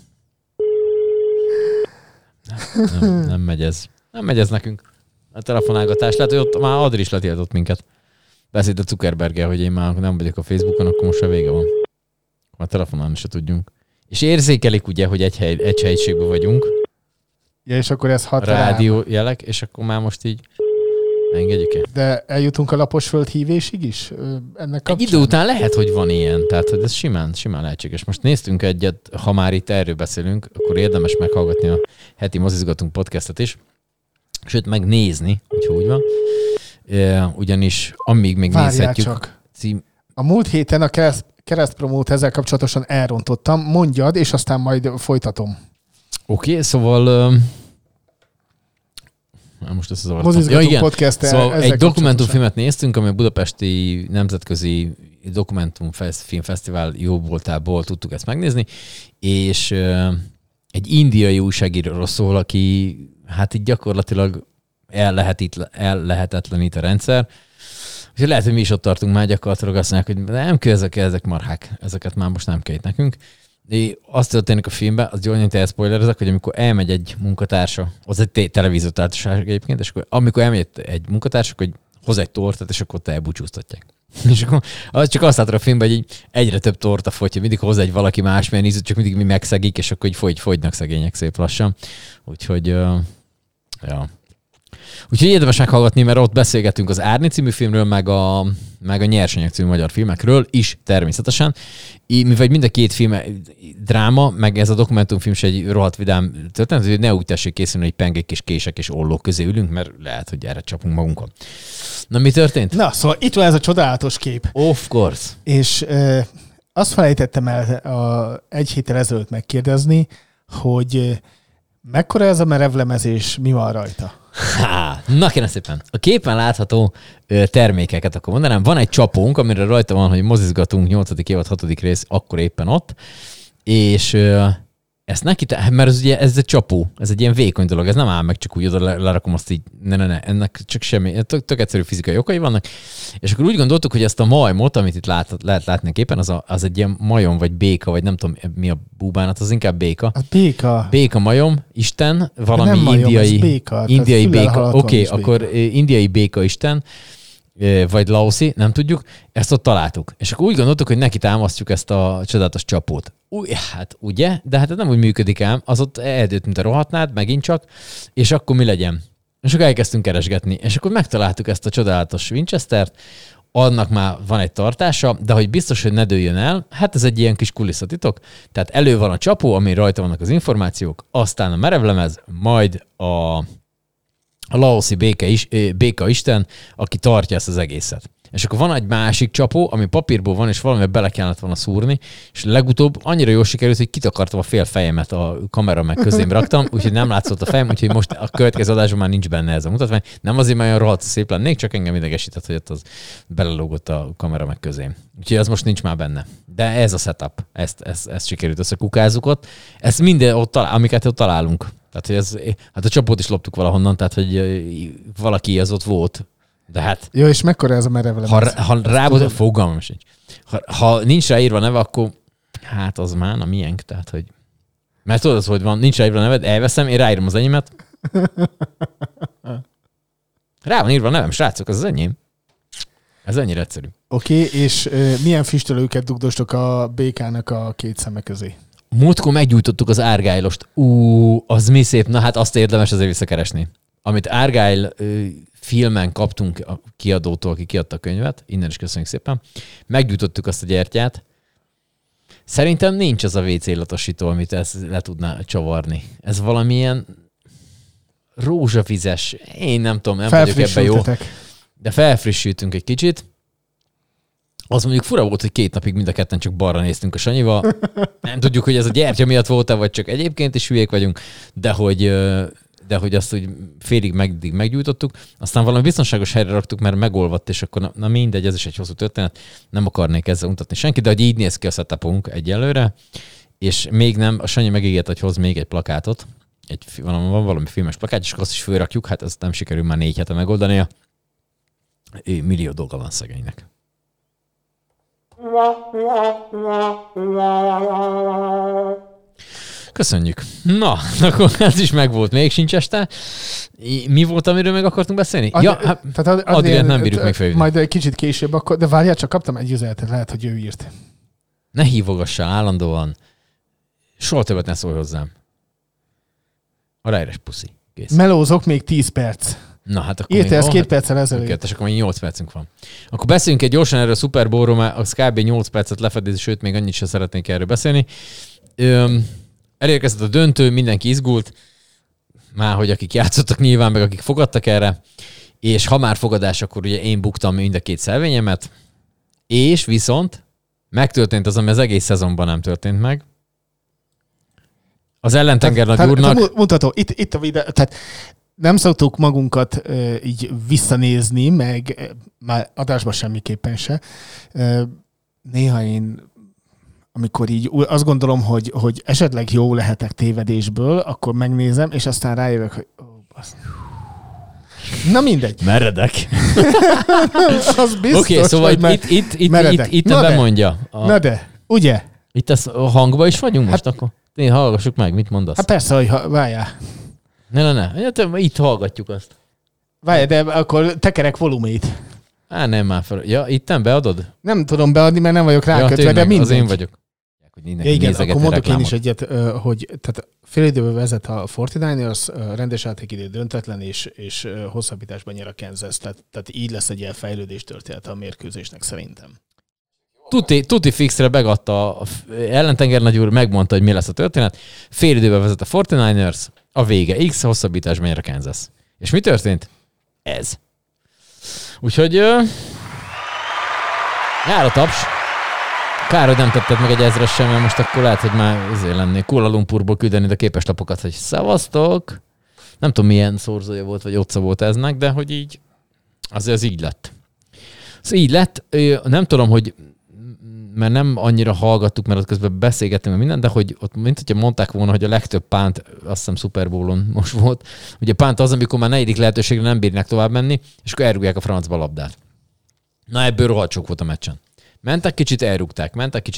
E: Nem megy ez. Nem megy ez nekünk. A telefonálgatás. Lehet, hogy ott már Adri is letiltott minket. Beszélt a Zuckerberggel, hogy én már nem vagyok a Facebookon, akkor most a vége van. Már telefonálni se tudjunk. És érzékelik ugye, hogy egy helyiségben vagyunk.
F: Ja, és akkor ez hat
E: rádió jelek, és akkor már most így engedjük el.
F: De eljutunk a Laposföld hívésig is? Ennek kapcsán?
E: Egy idő után lehet, hogy van ilyen, tehát hogy ez simán lehetséges. Most néztünk egyet, ha már itt erről beszélünk, akkor érdemes meghallgatni a heti Mozizgatunk podcastet is, sőt megnézni, hogyha úgy van. Ugyanis amíg még nézhetjük.
F: Csak. A múlt héten a keresztpromót ezzel kapcsolatosan elrontottam. Mondjad, és aztán majd folytatom.
E: Oké, szóval... most ezt
F: Mozizgatunk podcast.
E: Szóval egy dokumentumfilmet néztünk, ami a Budapesti Nemzetközi Dokumentumfilmfesztivál jó voltából tudtuk ezt megnézni, és egy indiai újságíróról szól, aki hát így gyakorlatilag ellehetetlenít a rendszer. És lehet, hogy mi is ott tartunk már gyakorlatilag, azt mondják, hogy nem kell, ezek marhák, ezeket már most nem kell itt nekünk. De azt történik a filmben, az jól nyomta elszpoilerezek, hogy amikor elmegy egy munkatársa, az egy televíziótársaság egyébként, és akkor amikor elmegy egy munkatársa, hogy hoz egy tortát, és akkor te elbúcsúztatják. És akkor az csak azt látod a filmben, hogy egyre több torta fogy, hogy mindig hozzá egy valaki másmilyen ízűt, csak mindig mi megszegik, és akkor így fogynak szegények szép lassan. Úgyhogy, ja. Úgyhogy érdemes meghallgatni, mert ott beszélgetünk az Árni című filmről, meg a Nyersanyag című magyar filmekről is természetesen. Mivel mind a két film dráma, meg ez a dokumentumfilm is egy rohadt vidám történet, hogy ne úgy tessék készülni, hogy pengék és kések és ollók közé ülünk, mert lehet, hogy erre csapunk magunkon. Na, mi történt?
F: Na, szóval itt van ez a csodálatos kép.
E: Of course.
F: És azt felejtettem el egy héttel ezelőtt megkérdezni, hogy mekkora ez a merevlemezés, mi van rajta?
E: Na kérem szépen. A képen látható termékeket akkor mondanám. Van egy csapónk, amire rajta van, hogy Mozizgatunk 8. évad 6. rész, akkor éppen ott. És ezt neki, mert ez ugye ez egy csapó, ez egy ilyen vékony dolog, ez nem áll meg, csak úgy oda lerakom azt így, ne, ennek csak semmi, tök egyszerű fizikai okai vannak. És akkor úgy gondoltuk, hogy ezt a majmot, amit itt lehet látni a képen, az egy ilyen majom, vagy béka, vagy nem tudom mi a búbánat, az inkább béka.
F: A béka.
E: Béka majom, Isten, valami
F: nem majom,
E: indiai béka. Oké, akkor indiai béka Isten, vagy laoszi, nem tudjuk, ezt ott találtuk. És akkor úgy gondoltuk, hogy neki támasztjuk ezt a csodálatos csapót. Hát ugye, de hát ez nem úgy működik ám, az ott eldőtt, mint a rohatnád, megint csak, és akkor mi legyen? És akkor elkezdtünk keresgetni, és akkor megtaláltuk ezt a csodálatos Winchestert, annak már van egy tartása, de hogy biztos, hogy ne dőljön el, hát ez egy ilyen kis kulisszatitok, tehát elő van a csapó, ami rajta vannak az információk, aztán a merevlemez, majd a laoszi béka Isten, aki tartja ezt az egészet. És akkor van egy másik csapó, ami papírból van, és valamivel bele kellett volna szúrni, és legutóbb annyira jól sikerült, hogy kitakartam a fél fejemet a kamera meg közém raktam, úgyhogy nem látszott a fejem, úgyhogy most a következő adásban már nincs benne ez a mutatvány. Nem azért, mert olyan rohadt szép lennék, csak engem idegesített, hogy ott az belelógott a kamera meg közém. Úgyhogy az most nincs már benne. De ez a setup, ezt sikerült összekukázzuk ott. Ezt minden ott amiket ott találunk. Tehát, hogy hát a csapót is loptuk valahonnan, tehát, hogy valaki az ott volt. De hát...
F: Jó, és mekkora ez a merevlemez?
E: Ha rábozol, fogalmam sincs. Ha nincs ráírva neve, akkor hát az már a miénk, tehát, hogy... Mert tudod, hogy van, nincs ráírva neved, elveszem, én ráírom az enyémet. Rá van írva a nevem, srácok, az enyém. Ez ennyire egyszerű.
F: Oké, és milyen füstölőket dugdostok a békának a két szeme közé?
E: Múltkor meggyújtottuk az Argyle-ost. Az mi szép, na hát azt érdemes azért visszakeresni. Amit Argyle filmen kaptunk a kiadótól, aki kiadta a könyvet, innen is köszönjük szépen, meggyújtottuk azt a gyertyát. Szerintem nincs az a WC illatosító, amit ezt le tudná csavarni. Ez valamilyen rózsavizes, én nem tudom, nem vagyok ebben jó. De felfrissültünk egy kicsit. Az mondjuk fura volt, hogy 2 napig mind a ketten csak balra néztünk a Sanyival. Nem tudjuk, hogy ez a gyertya miatt volt-e, vagy csak egyébként is hülyék vagyunk, de hogy azt úgy félig meggyújtottuk. Aztán valami biztonságos helyre raktuk, mert megolvadt, és akkor na mindegy, ez is egy hosszú történet. Nem akarnék ezzel untatni senki, de hogy így néz ki a setupunk egyelőre, és még nem, a Sanyi megígért, hogy hoz még egy plakátot, van valami filmes plakát, és azt is fölrakjuk, hát ezt nem sikerül már 4 hete megoldania. Millió dolga van szegénynek. Köszönjük. Na, akkor ez is megvolt, még sincs este. Mi volt, amiről meg akartunk beszélni? Adrián nem bírjuk még felhívni.
F: Majd egy kicsit később, akkor, de várjál, csak kaptam egy üzenetet, lehet, hogy ő írt.
E: Ne hívogassál állandóan. Soha többet ne szólj hozzám. A rájres puszi. Kész.
F: Melózok még 10 perc.
E: Na, hát akkor
F: írta ezt 2 perccel ezelőtt.
E: És akkor még 8 percünk van. Akkor beszéljünk egy gyorsan erről a Super Bowl-ról, mert az kb. 8 percet lefedez, sőt, még annyit sem szeretnék erről beszélni. Elérkezett a döntő, mindenki izgult, már hogy akik játszottak nyilván, meg akik fogadtak erre, és ha már fogadás, akkor ugye én buktam mind a 2 szelvényemet, és viszont megtörtént az, ami az egész szezonban nem történt meg. Az ellentenger nagyúrnak...
F: Mutató, itt a videó, tehát nem szoktuk magunkat így visszanézni, meg már adásban semmiképpen se. Néha én, amikor így azt gondolom, hogy esetleg jó lehetek tévedésből, akkor megnézem, és aztán rájövök, hogy na mindegy.
E: Meredek.
F: Az biztos,
E: Oké, szóval itt bemondja.
F: Na de, ugye?
E: Itt a hangba is vagyunk most akkor? Én hallgassuk meg, mit mondasz?
F: Hát persze, hogy várjál.
E: Ne. Itt hallgatjuk azt.
F: Várjál, de akkor tekerek volumét.
E: Nem már fel. Ja, itten beadod?
F: Nem tudom beadni, mert nem vagyok rákötve, de mindegy.
E: Az én vagyok.
F: Igen, akkor mondok én is egyet, hogy tehát fél időben vezet a 49ers, rendes játékidő döntetlen, és hosszabbításban nyer a Kansas. Tehát így lesz egy ilyen fejlődés története a mérkőzésnek szerintem.
E: Tuti fixre begadta a ellentenger nagyúr, megmondta, hogy mi lesz a történet. Fél időben vezet a 49ers, a vége X, hosszabbításban nyer a Kansas. És mi történt? Ez. Úgyhogy jár a taps. Kár, hogy nem tetted meg egy 1000-es sem, mert most akkor lehet, hogy már azért lennék Kuala Lumpurból küldeni a képeslapokat, hogy szavaztok. Nem tudom, milyen szorzója volt, vagy otca volt eznek, de hogy így, azért az így lett. Szóval így lett, nem tudom, hogy mert nem annyira hallgattuk, mert ott közben beszélgettünk minden, de hogy ott, mint hogyha mondták volna, hogy a legtöbb pánt, azt hiszem Super Bowl-on most volt, ugye pánt az, amikor már 4. lehetőségre nem bírnak tovább menni, és akkor elrúgják a francba a labdát. Na, ebből rohadt sok volt a meccsen. Mentek, kicsit elrúgták,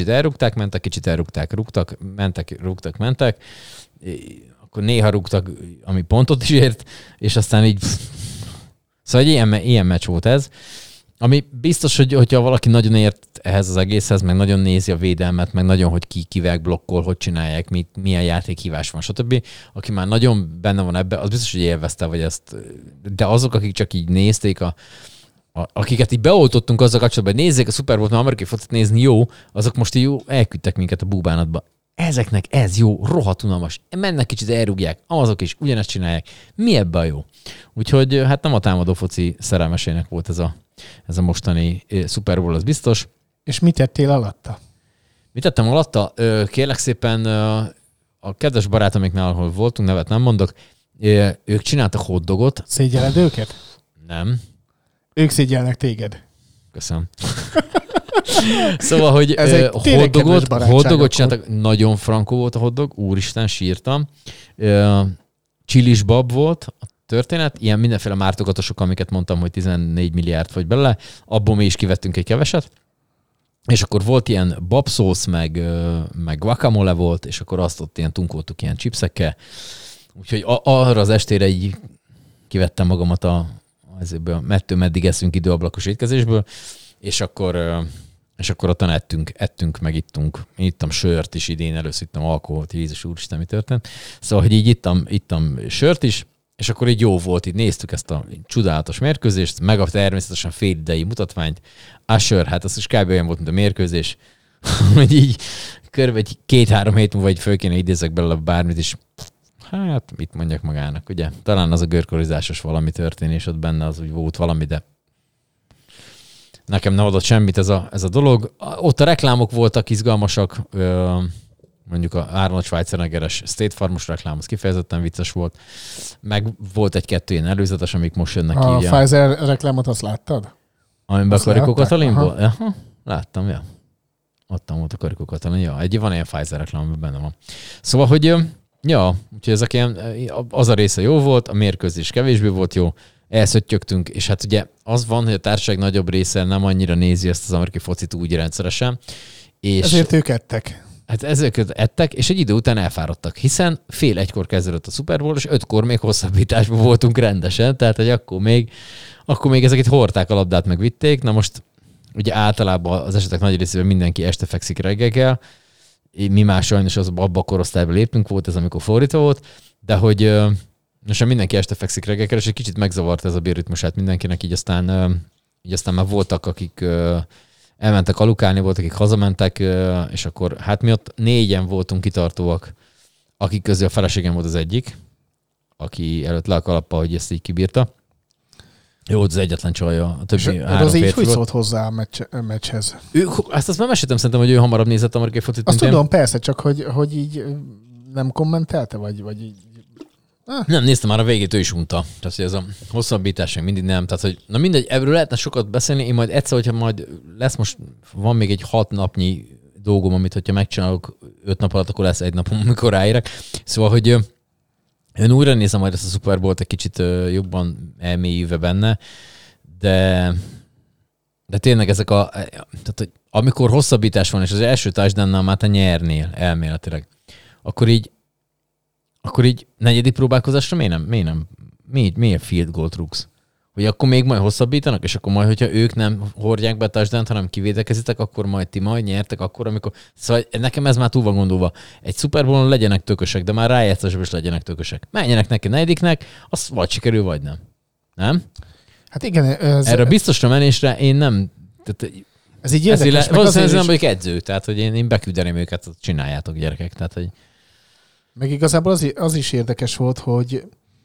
E: rúgtak, mentek, akkor néha rúgtak, ami pontot is ért, és aztán így... Szóval egy ilyen meccs volt ez, ami biztos, hogyha valaki nagyon ért ehhez az egészhez, meg nagyon nézi a védelmet, meg nagyon, hogy kivel blokkol, hogy csinálják, milyen játékhívás van, stb. Aki már nagyon benne van ebbe, az biztos, hogy élvezte, vagy ezt... De azok, akik csak így nézték akiket így beoltottunk azzal kapcsolatban, hogy nézzék a Super Bowl-t, mert amerikai focit nézni jó, azok most így jó, elküldtek minket a búbánatba. Ezeknek ez jó, rohadt unalmas. Mennek kicsit, elrúgják, azok is ugyanezt csinálják. Mi ebben a jó? Úgyhogy hát nem a támadó foci szerelmesének volt ez a mostani Super Bowl, az biztos.
F: És mit tettél alatta?
E: Mit tettem alatta? Kérlek szépen a kedves barátomiknál, ahol voltunk, nevet nem mondok, ők csináltak hotdogot.
F: Szégyeled őket?
E: Nem.
F: Ők szégyelnek téged.
E: Köszönöm. Szóval, hogy hotdogot csináltak, nagyon frankó volt a hotdog, úristen, sírtam. Csilis bab volt a történet, ilyen mindenféle mártogatosok, amiket mondtam, hogy 14 milliárd fogy bele, abból mi is kivettünk egy keveset, és akkor volt ilyen babszósz, meg guacamole volt, és akkor azt ott ilyen tunkoltuk ilyen chipsekkel. Úgyhogy arra az estére így kivettem magamat ezéből mettől meddig eszünk időablakos étkezésből, és akkor ottan ettünk, meg ittunk. Én ittam sört is idén, először ittam alkoholt, Jézus úristen, mi történt. Szóval, hogy így ittam sört is, és akkor így jó volt, így néztük ezt a csodálatos mérkőzést, meg a természetesen fél idei mutatványt. Usher, hát az is kb. Olyan volt, mint a mérkőzés, hogy így körülbelül 2-3 hét múlva így föl kéne idézek belőle bármit is. Hát, mit mondjak magának, ugye? Talán az a görkorizásos valami történés ott benne, az úgy volt valami, de nekem nem adott semmit ez a dolog. Ott a reklámok voltak izgalmasak, mondjuk a Arnold Schwarzeneggeres State Farmos reklám, az kifejezetten vicces volt. Meg volt egy-kettő ilyen előzetes, amik most jönnek ki.
F: A Pfizer reklámot azt láttad?
E: Amiben a Karikó Katalinból? Láttam, ja. Ottan volt a Karikó Katalin. Ja, van ilyen Pfizer reklám, amiben benne van. Szóval, hogy ja, úgyhogy ezek ilyen, az a része jó volt, a mérkőzés kevésbé volt jó, elszöttyögtünk, és hát ugye az van, hogy a társaság nagyobb része nem annyira nézi ezt az amerikai focit úgy rendszeresen. És
F: ezért ők ettek.
E: Hát ezeket ettek, és egy idő után elfáradtak, hiszen 12:30 kezdődött a Super Bowl, és 5-kor még hosszabbításban voltunk rendesen, tehát hogy akkor még ezeket hordták a labdát, meg vitték. Na most ugye általában az esetek nagy részében mindenki este fekszik reggelkel, mi már sajnos abba a korosztályba léptünk, volt ez, amikor fordítva volt, de hogy most mindenki este fekszik reggelkel, és egy kicsit megzavart ez a bérritmusát mindenkinek, így aztán már voltak, akik elmentek alukálni, voltak, akik hazamentek, és akkor hát mi ott 4-en voltunk kitartóak, akik közül a feleségem volt az egyik, aki előtt le a kalappa, hogy ezt így kibírta. Jó, volt az egyetlen csaj, a többi három
F: az így
E: férfi
F: hogy
E: volt.
F: szólt hozzá a meccshez?
E: Azt már meséltem szerintem, hogy ő hamarabb nézett amerikai focit.
F: Azt tudom, persze, csak hogy így nem kommentelte, vagy így...
E: Nem, néztem már a végét, ő is unta. Tehát, hogy ez a hosszabbítás még mindig nem. Tehát, hogy na mindegy, erről lehetne sokat beszélni. Én majd egyszer, hogyha majd lesz most, van még egy 6 napnyi dolgom, amit hogyha megcsinálok 5 nap alatt, akkor lesz 1 napom, amikor ráérek. Szóval, hogy én újra nézem majd ezt a Super Bowl-t egy kicsit jobban elmélyülve benne, de tényleg ezek tehát, hogy amikor hosszabbítás van, és az első touchdownnal már te nyernél elméletileg, akkor így negyedik próbálkozásra miért field goal rúgsz? Hogy akkor még majd hosszabbítanak, és akkor majd, hogyha ők nem hordják be a touchdownt, hanem kivédekezitek, akkor majd ti majd nyertek, akkor, amikor... Szóval nekem ez már túl van gondolva. Egy Super Bowl-on legyenek tökösek, de már rájátszásban is legyenek tökösek. Menjenek neki negyediknek, az vagy sikerül, vagy nem. Nem?
F: Hát igen.
E: Erre biztosra menésre én nem... Tehát,
F: ez így érdekes.
E: Valószínűleg nem vagyok edző, tehát hogy én beküldeném őket, csináljátok, gyerekek. Tehát, hogy...
F: Meg igazából az is érdekes volt, hogy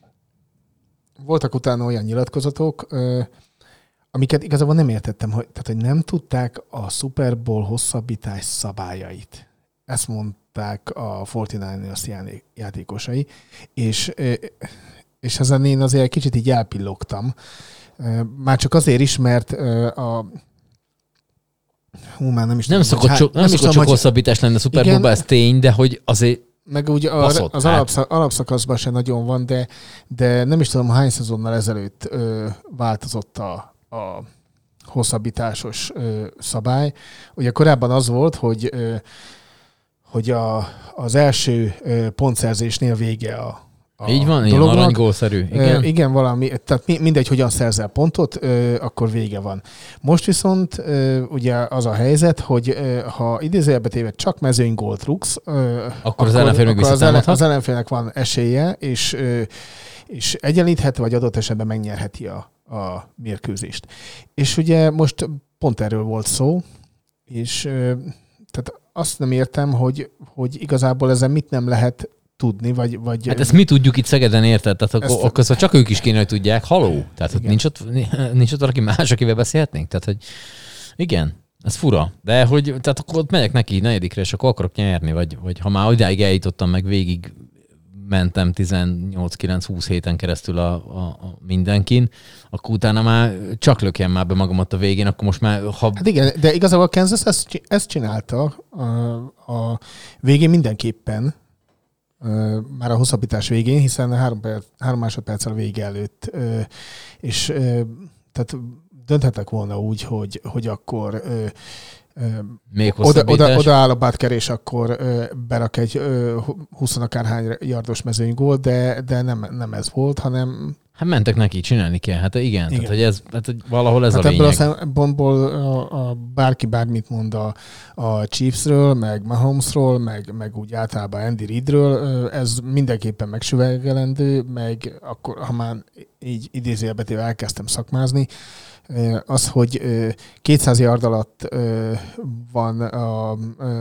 F: voltak utána olyan nyilatkozatok, amiket igazából nem értettem, tehát hogy nem tudták a Super Bowl hosszabbítás szabályait. Ezt mondták a 49ers játékosai, és ezen én azért egy kicsit így elpillogtam. Már csak azért is, mert már nem is
E: nem
F: tudom,
E: szokott sok hosszabbítás lenne a Super Bowl-ban, ez tény, de hogy azért
F: meg ugye az alapszakaszban se nagyon van, de nem is tudom, hány szezonnal ezelőtt változott a hosszabbításos szabály. Ugye korábban az volt, hogy az első pontszerzésnél vége a
E: így van, ilyen aranygólszerű.
F: Igen, valami, tehát mindegy, hogyan szerzel pontot, akkor vége van. Most viszont ugye az a helyzet, hogy ha idézőjelbe téve csak mezőnygólt rúgsz,
E: akkor az ellenfél még visszatámadhat.
F: Az ellenfélnek van esélye, és egyenlíthet, vagy adott esetben megnyerheti a mérkőzést. És ugye most pont erről volt szó, és tehát azt nem értem, hogy igazából ezen mit nem lehet tudni, vagy...
E: Hát ezt mi tudjuk itt Szegeden, érted? Tehát akkor csak ők is kéne, hogy tudják. Haló? Tehát hogy nincs ott valaki más, akivel beszélhetnénk? Tehát, hogy igen, ez fura. De hogy, tehát akkor ott megyek neki negyedikre, és akkor akarok nyerni, vagy ha már odáig eljutottam, meg végig mentem 18-9-20 héten keresztül a mindenkin, akkor utána már csak lökjem már be magamat a végén, akkor most már...
F: Hát igen, de igazából Kansas ezt csinálta a végén mindenképpen, már a hosszabbítás végén, hiszen 3 másodperccel a vége előtt, és tehát dönthettek volna úgy, hogy akkor oda áll a Butker, és akkor berak egy 20 akárhány yardos mezőnygól, de nem ez volt, hanem...
E: Hát mentek neki, csinálni kell. Hát igen. Tehát, hogy valahol ez
F: hát
E: a lényeg.
F: Ebből a szempontból bárki bármit mond a Chiefsről, meg Mahomesról, meg úgy általában Andy Reidről, ez mindenképpen megsüvegelendő, meg akkor, ha már így idézőjelbetéve elkezdtem szakmázni, az, hogy 200 yard alatt van a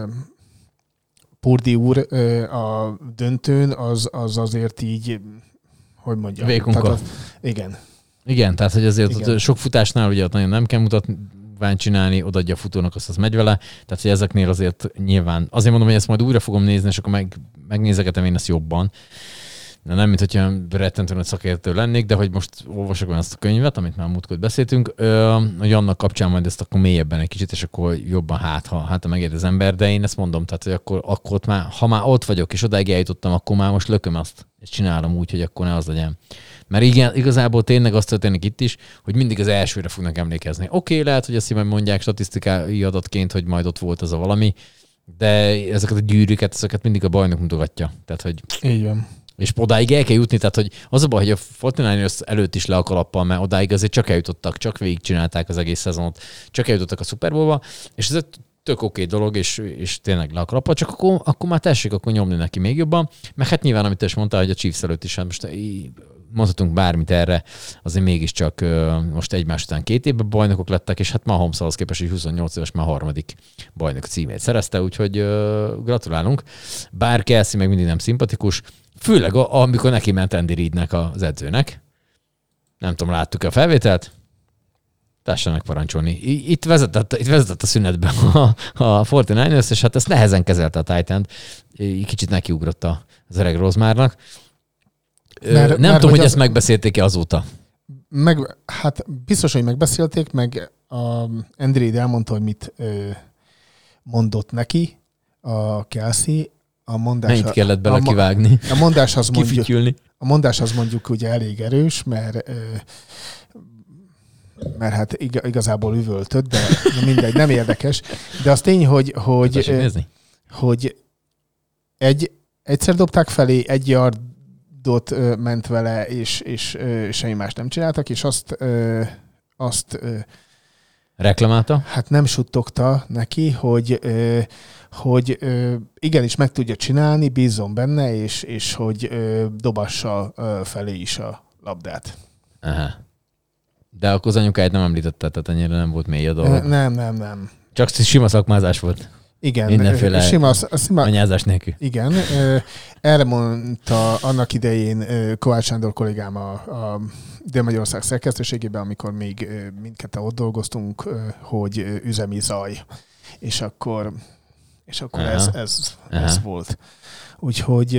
F: Purdy úr a döntőn, az azért így, hogy mondjam.
E: Vékunka.
F: Igen.
E: Igen, tehát hogy azért sok futásnál ugye ott nagyon nem kell mutatni, kíván csinálni, odaadja a futónak, azt megy vele. Tehát, hogy ezeknél azért nyilván, azért mondom, hogy ezt majd újra fogom nézni, és akkor megnézegetem én ezt jobban. De nem, mint hogyha rettentően szakértő lennék, de hogy most olvasok ezt a könyvet, amit már múltkor beszéltünk, hogy annak kapcsán majd ezt akkor mélyebben egy kicsit, és akkor jobban ha megérd az ember, de én ezt mondom, tehát, hogy akkor ott már, ha már ott vagyok, és odáig eljutottam, akkor már most lököm azt, és csinálom úgy, hogy akkor ne az legyen. Mert igen, igazából tényleg azt történik itt is, hogy mindig az elsőre fognak emlékezni. Oké, lehet, hogy ezt majd mondják statisztikai adatként, hogy majd ott volt az a valami, de ezeket a gyűrűket, ezeket mindig a bajnok mutogatja. Tehát, hogy...
F: Így van.
E: És odáig el kell jutni, tehát hogy az a baj, hogy a 49ers előtt is le a kalappal, mert odáig azért csak eljutottak, csak végigcsinálták az egész szezonot, csak eljutottak a Super Bowl-ba, és ez egy tök oké dolog, és tényleg le a kalappal, csak akkor már tessék akkor nyomni neki még jobban, meg hát nyilván, amit te is mondtál, hogy a Chiefs előtt is, hát most mondhatunk bármit erre, azért mégiscsak most egymás után 2 évben bajnokok lettek, és hát Mahomeshoz képest, hogy 28 éves már 3. bajnok címét szerezte, úgyhogy gratulálunk. Bár Kelsey meg mindig nem szimpatikus, főleg amikor neki ment Andy Reidnek az edzőnek. Nem tudom, láttuk a felvételt? Tessenek parancsolni. Itt vezetett a szünetben a 49ers, és hát ezt nehezen kezelte a Titan. Kicsit nekiugrott az öreg Rozmárnak. Nem tudom, hogy ezt megbeszélték-e azóta.
F: Hát biztos, hogy megbeszélték, meg Andy Reid elmondta, hogy mit mondott neki a Kelsey.
E: Mennyit kellett bele kivágni?
F: A mondás az mondjuk ugye elég erős, mert hát igazából üvöltött, de mindegy, nem érdekes. De az tény, hogy egyszer dobták felé, 1 yardot ment vele, és semmi más nem csináltak, és azt
E: reklamálta? Hát
F: nem suttogta neki, hogy igenis meg tudja csinálni, bízzon benne, és hogy dobassa felé is a labdát.
E: Aha. De akkor az anyukáját nem említette, tehát ennyire nem volt mély a dolog.
F: Nem.
E: Csak sima szakmázás volt.
F: Igen.
E: Mindenféle
F: sima
E: anyázás nélkül.
F: Igen. Erre mondta annak idején Kovács Sándor kollégám a Dél-Magyarország szerkesztőségében, amikor még mindketten ott dolgoztunk, hogy üzemi zaj. És akkor ez volt. Úgyhogy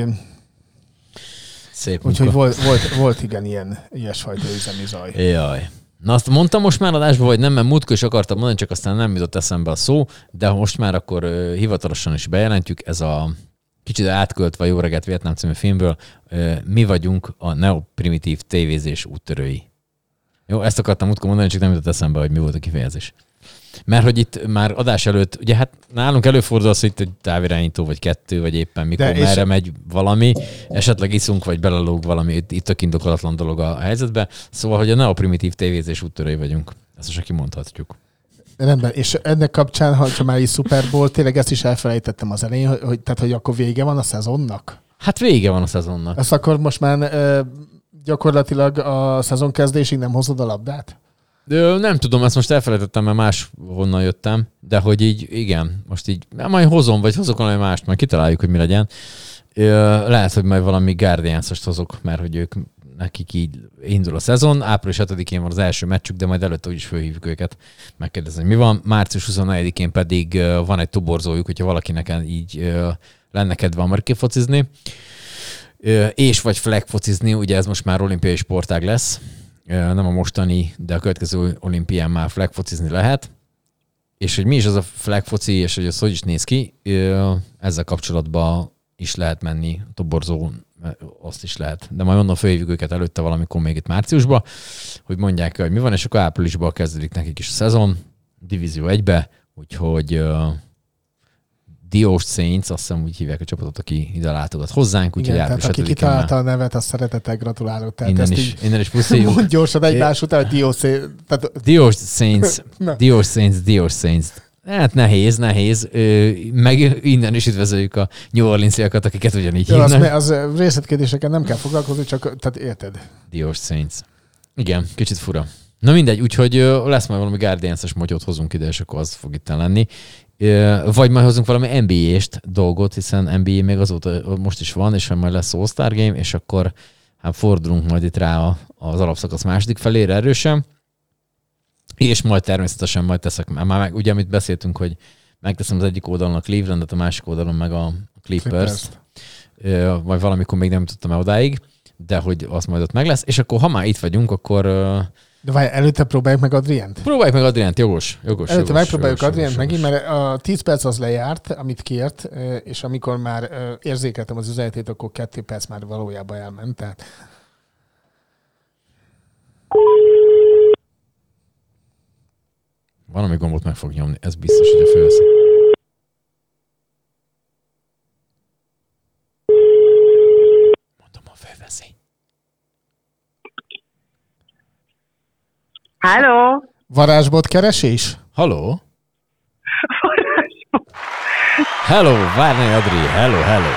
E: szép
F: úgyhogy volt igen ilyesfajta üzemi zaj.
E: Jaj. Na azt mondtam most már adásban, vagy nem, mert múltkor is akartam mondani, csak aztán nem jutott eszembe a szó, de most már akkor hivatalosan is bejelentjük, ez a kicsit átköltve a Jó reggelt Vietnám című filmből, mi vagyunk a neoprimitív tévézés úttörői. Jó, ezt akartam múltkor mondani, csak nem jutott eszembe, hogy mi volt a kifejezés. Mert hogy itt már adás előtt, ugye hát nálunk előfordul az, hogy itt egy távirányító, vagy 2, vagy éppen mikor merre megy valami, esetleg iszunk, vagy belelóg valami, itt tök indokolatlan dolog a helyzetbe. Szóval, hogy a neoprimitív tévézés úttörői vagyunk. Ezt most kimondhatjuk.
F: Rendben, és ennek kapcsán, ha már így Super Bowl, tényleg ezt is elfelejtettem az elején, hogy akkor vége van a szezonnak?
E: Hát vége van a szezonnak.
F: Ezt akkor most már gyakorlatilag a szezon kezdésig nem hozod a labdát?
E: Nem tudom, ezt most elfelejtettem, mert máshonnan jöttem, de hogy így, igen, most így, majd hozom, vagy hozok valami mást, majd kitaláljuk, hogy mi legyen. Lehet, hogy majd valami Guardians-ost hozok, mert hogy nekik így indul a szezon. Április 7-én van az első meccsük, de majd előtte úgyis fölhívjuk őket, megkérdezni, hogy mi van. Március 24-én pedig van egy toborzójuk, hogyha valakinek így lenne kedve amerikai focizni, és vagy flag focizni, ugye ez most már olimpiai sportág lesz. Nem a mostani, de a következő olimpián már flag focizni lehet. És hogy mi is az a flag foci, és hogy az hogy is néz ki, ezzel kapcsolatban is lehet menni, toborzó, azt is lehet. De majd onnan fölhívjuk őket előtte valamikor még itt márciusban, hogy mondják, hogy mi van, és akkor áprilisban kezdődik nekik is a szezon, Divízió 1-be, úgyhogy Diós Saints, azt hiszem úgy hívják a csapatot, aki ide látogat hozzánk, úgyhogy
F: április 7-én. Aki kitalálta a nevet, azt szeretettel gratulálok.
E: Innen is puszíjuk.
F: Mondj gyorsan egymás után, hogy
E: Diós Saints. Diós Saints. Hát nehéz. Meg innen is üdvözöljük a New Orleans-iakat, akiket ugyanígy hívnak.
F: Az részletkérdéseken nem kell foglalkozni, csak tehát érted.
E: Diós Saints. Igen, kicsit fura. Na mindegy, úgyhogy lesz majd valami Guardians-es motyót hozunk ide, és akkor az fog itt lenni. Vagy majd hozunk valami NBA-st dolgot, hiszen NBA még azóta most is van, és majd lesz All-Star Game, és akkor hát fordulunk majd itt rá az alapszakasz második felére erősen. És majd természetesen majd teszek, már ugye amit beszéltünk, hogy megteszem az egyik oldalon a Clevelandet, a másik oldalon meg a Clippers-t. Vagy valamikor még nem tudtam el odáig, de hogy az majd ott meg lesz. És akkor, ha már itt vagyunk, akkor...
F: De várj, előtte próbáljuk meg Adrient.
E: Próbáljuk meg Adrient, jogos.
F: Előtte megpróbáljuk Adrient megint, mert a 10 perc az lejárt, amit kért, és amikor már érzékeltem az üzenetét, akkor 2 perc már valójában elment. Tehát...
E: Valami gombot meg fog nyomni, ez biztos, hogy a fölveszi. Mondom, a fölveszi.
G: Halló?
F: Varázsbot keresés?
E: Halló? Hello, várj, Adri, hello.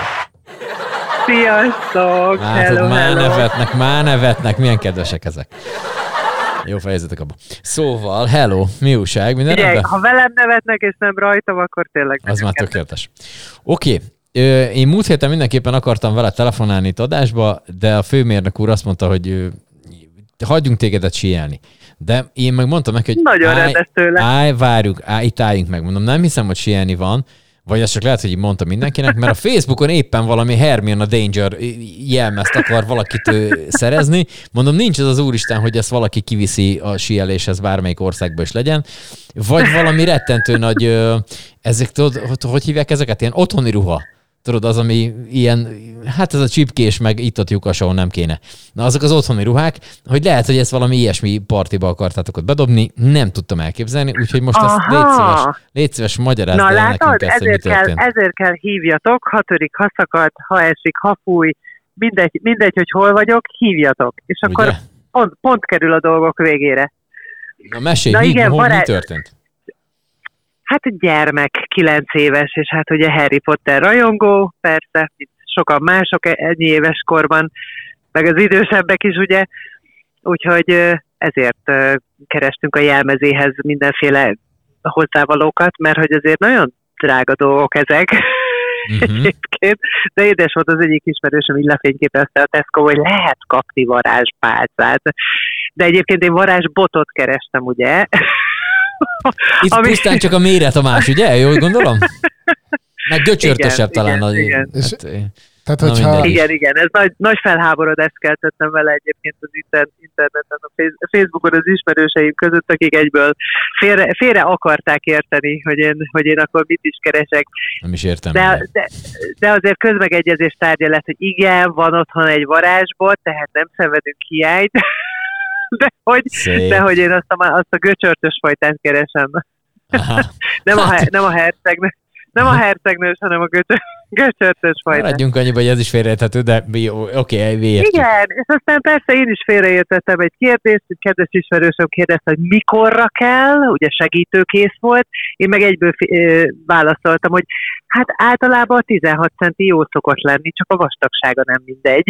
G: Sziasztok!
E: Látod, már nevetnek, milyen kedvesek ezek. Jó, fejezetek abba. Szóval, hello, mi újság, minden rendben?
G: Ha velem nevetnek, és nem rajtam, akkor tényleg...
E: Az már tökéletes. Oké. Én múlt héten mindenképpen akartam vele telefonálni itt adásba, de a főmérnök úr azt mondta, hogy hagyjunk tégedet síelni. De én meg mondtam neki, hogy
G: nagyon rendes tőle.
E: Várjuk, itt álljunk meg. Mondom, nem hiszem, hogy síelni van, vagy az csak lehet, hogy így mondta mindenkinek, mert a Facebookon éppen valami Hermione Danger jelmezt akar valakit szerezni. Mondom, nincs az az úristen, hogy ezt valaki kiviszi a síeléshez bármelyik országba is legyen. Vagy valami rettentő nagy, ezek tudod, hogy hívják ezeket? Ilyen otthoni ruha. Tudod, az, ami ilyen, hát ez a csipkés, meg itt-ott lyukas, ahol nem kéne. Na, azok az otthoni ruhák, hogy lehet, hogy ezt valami ilyesmi partiba akartátok ott bedobni, nem tudtam elképzelni, úgyhogy most ezt légy szíves magyarázd el nekünk ezt, hogy mi történt.
G: Ezért kell hívjatok, ha törik, ha szakad, ha esik, ha fúj, mindegy, hogy hol vagyok, hívjatok. És akkor pont kerül a dolgok végére.
E: Na mesélj, mi történt?
G: Hát a gyermek 9 éves, és hát ugye Harry Potter rajongó, persze, sokan mások ennyi éves korban, meg az idősebbek is, ugye, úgyhogy ezért kerestünk a jelmezéhez mindenféle hozzávalókat, mert hogy azért nagyon drága dolgok ezek, egyébként, de édes volt az egyik ismerősöm, így lefényképezte a Tesco, hogy lehet kapni varázspálcát, de egyébként én varázsbotot kerestem, ugye,
E: itt pusztán csak a méret a más, ugye? Jól gondolom? Meg göcsörtösebb talán.
G: Igen.
F: Tehát, hogyha...
G: Igen, ez nagy felháborodást keltettem vele egyébként az interneten, a Facebookon az ismerőseim között, akik egyből félre akarták érteni, hogy én akkor mit is keresek.
E: Nem is értem.
G: De azért közmegegyezés tárgya lett, hogy igen, van otthon egy varázsbot, tehát nem szenvedünk hiányt, de hogy én azt a göcsörtös fajtát keresem. nem a hercegnős, hanem a göcsörtös fajtát.
E: Maradjunk annyiba, hogy ez is félreérthető, de oké,
G: igen, és aztán persze én is félreértettem egy kérdést, hogy kedves ismerősöm kérdezte, hogy mikorra kell, ugye segítőkész volt, én meg egyből válaszoltam, hogy hát általában 16 centi jó szokott lenni, csak a vastagsága nem mindegy.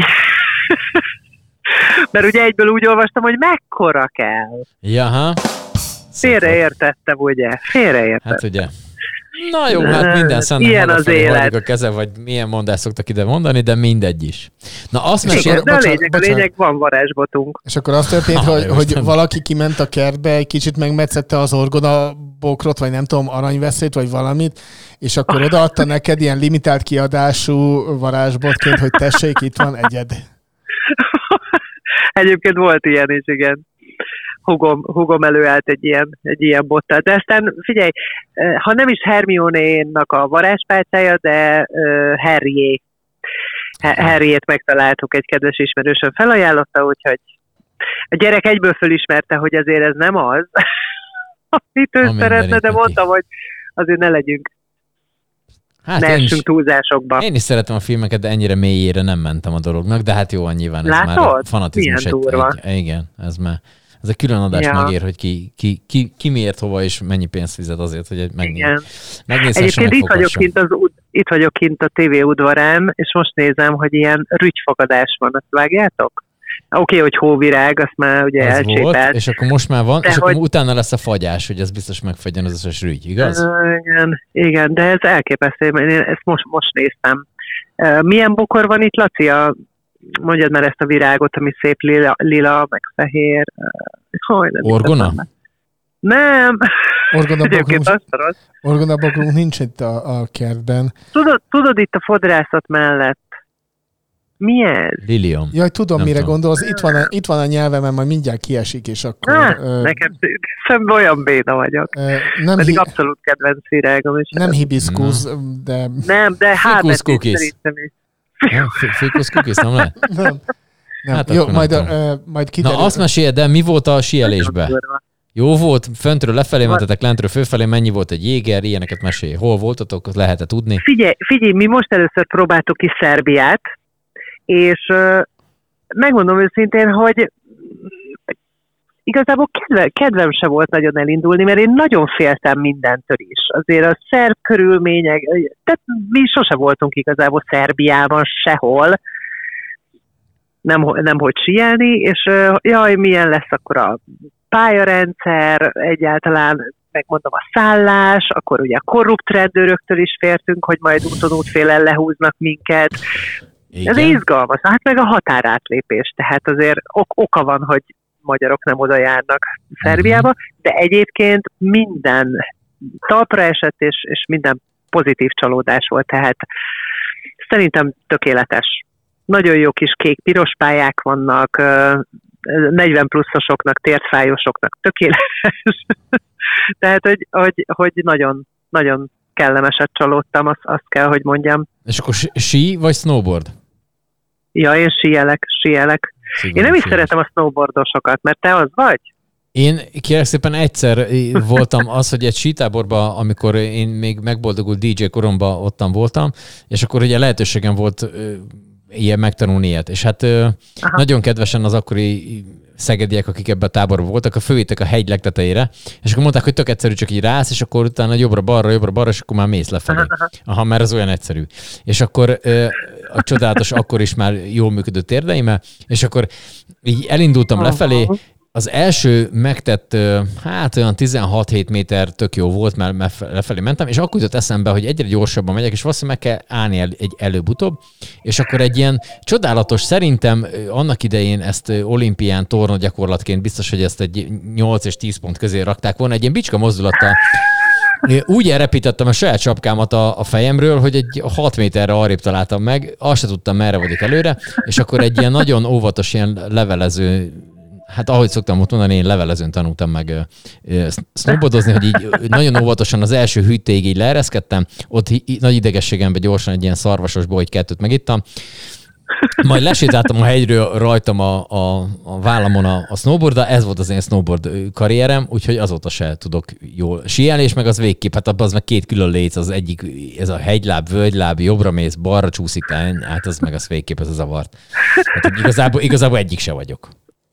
G: Mert ugye egyből úgy olvastam, hogy mekkora kell.
E: Jaha.
G: Félreértettem, ugye?
E: Hát ugye. Na jó, hát minden
G: ilyen az élet.
E: A keze, vagy milyen mondást szoktak ide mondani, de mindegy is. Na azt
G: mesél... De a lényeg, van varázsbotunk.
F: És akkor az történt, hogy valaki kiment a kertbe, egy kicsit megmetszette az orgonabokrot, vagy nem tudom, aranyveszélyt, vagy valamit, és akkor odaadta neked ilyen limitált kiadású varázsbotként, hogy tessék, itt van egyed.
G: Egyébként volt ilyen is, igen. Hugom előállt egy ilyen bottal. De aztán figyelj, ha nem is Hermione-nak a varázspálcája, de Harryét megtaláltuk, egy kedves ismerősöm felajánlotta, úgyhogy a gyerek egyből fölismerte, hogy azért ez nem az, amit ő szeretne, de mondtam, hogy azért ne legyünk. Hát ne essünk túlzásokba.
E: Én is szeretem a filmeket, de ennyire mélyére nem mentem a dolognak, de hát jó, nyilván ez
G: látod?
E: Már fanatizmus. Igen, ez egy külön adás megér, hogy ki miért, hova és mennyi pénzt fizet azért, hogy megnézhessem.
G: Egyébként itt vagyok kint a TV udvarán, és most nézem, hogy ilyen rügyfogadás van, azt vágjátok? Oké, hogy hóvirág, azt már ugye elcsépelt.
E: És akkor most már van, és akkor utána lesz a fagyás, hogy ez biztos megfagyjon az összes rügy, igaz?
G: Igen, de ez elképesztő, én ezt most néztem. Milyen bokor van itt, Laci? Mondjad már ezt a virágot, ami szép lila meg fehér.
E: Orgona?
G: Nem.
F: Orgonabakrunk nincs itt a kertben.
G: Tudod itt a fodrászat mellett. Mi ez?
E: Lilium.
F: Jaj, tudom, mire gondolsz. Itt van a nyelvemen, majd mindjárt kiesik, és akkor...
G: Nekem olyan béna vagyok. Pedig abszolút kedvenc virágom.
F: Nem hibiszkusz, de...
G: Nem, de
E: Fikusz cookies. Fikusz cookies, nem lehet?
F: Nem.
E: Hát
F: jó, majd kiderül.
E: Na, azt mesélj, de mi volt a síelésben? Jó volt, föntről lefelé mentetek, lentről fölfelé, mennyi volt egy jéger, ilyeneket mesélj. Hol voltatok, azt lehet tudni?
G: Figyelj, mi most először próbáltuk ki Szerbiát, és megmondom őszintén, hogy igazából kedvem se volt nagyon elindulni, mert én nagyon féltem mindentől is. Azért a szerb körülmények, tehát mi sose voltunk igazából Szerbiában sehol, nem hogy síelni, és jaj, milyen lesz akkor a pályarendszer, egyáltalán megmondom a szállás, akkor ugye a korrupt rendőröktől is féltünk, hogy majd úton útfélen lehúznak minket. Igen. Ez izgalmas. Hát meg a határátlépés, tehát azért oka van, hogy magyarok nem oda járnak Szerbiába, de egyébként minden talpra esett, és minden pozitív csalódás volt, tehát szerintem tökéletes. Nagyon jó kis kék-piros pályák vannak, 40 pluszosoknak, térfájosoknak tökéletes. Tehát, hogy nagyon, nagyon kellemeset csalódtam, azt kell, hogy mondjam.
E: És akkor sí vagy snowboard?
G: Ja, én síelek. Én nem is szeretem a snowboardosokat, mert te az vagy?
E: Én kérlek szépen egyszer voltam az, hogy egy sítáborban, amikor én még megboldogult DJ koromban ottan voltam, és akkor ugye lehetőségem volt ilyen megtanulni ilyet. És hát nagyon kedvesen az akkori szegediek, akik ebben a táborban voltak, fölvittek a hegy legtetejére, és akkor mondták, hogy tök egyszerű, csak így rász, és akkor utána jobbra-balra, és akkor már mész lefelé. Aha, mert ez olyan egyszerű. És akkor a csodálatos akkor is már jól működő térdeimmel, és akkor így elindultam lefelé, az első megtett, hát olyan 16-7 méter tök jó volt, mert lefelé mentem, és akkor jutott eszembe, hogy egyre gyorsabban megyek, és valószínűleg meg kell állni egy előbb-utóbb, és akkor egy ilyen csodálatos, szerintem annak idején ezt olimpián torna gyakorlatként biztos, hogy ezt egy 8 és 10 pont közé rakták volna, egy ilyen bicska mozdulattal. Úgy elrepítettem a saját sapkámat a fejemről, hogy egy 6 méterre arrébb találtam meg, azt se tudtam, merre vagyok előre, és akkor egy ilyen nagyon óvatos, ilyen levelező, hát ahogy szoktam ott mondani, én levelezőn tanultam meg snowboardozni, hogy így nagyon óvatosan az első hűtőig így leereszkedtem, ott nagy idegességemben gyorsan egy ilyen szarvasos bolyt kettőt megittam, majd lesétáltam a hegyről rajtam a vállamon a snowboarddal, ez volt az én snowboard karrierem, úgyhogy azóta se tudok jól síelni, és meg az végképp, hát abban az meg két külön léc, az egyik, ez a hegyláb, völgyláb, jobbra mész, balra csúszik, hát az meg az végképp, ez a zavart. Hát igazából egyik se vagyok.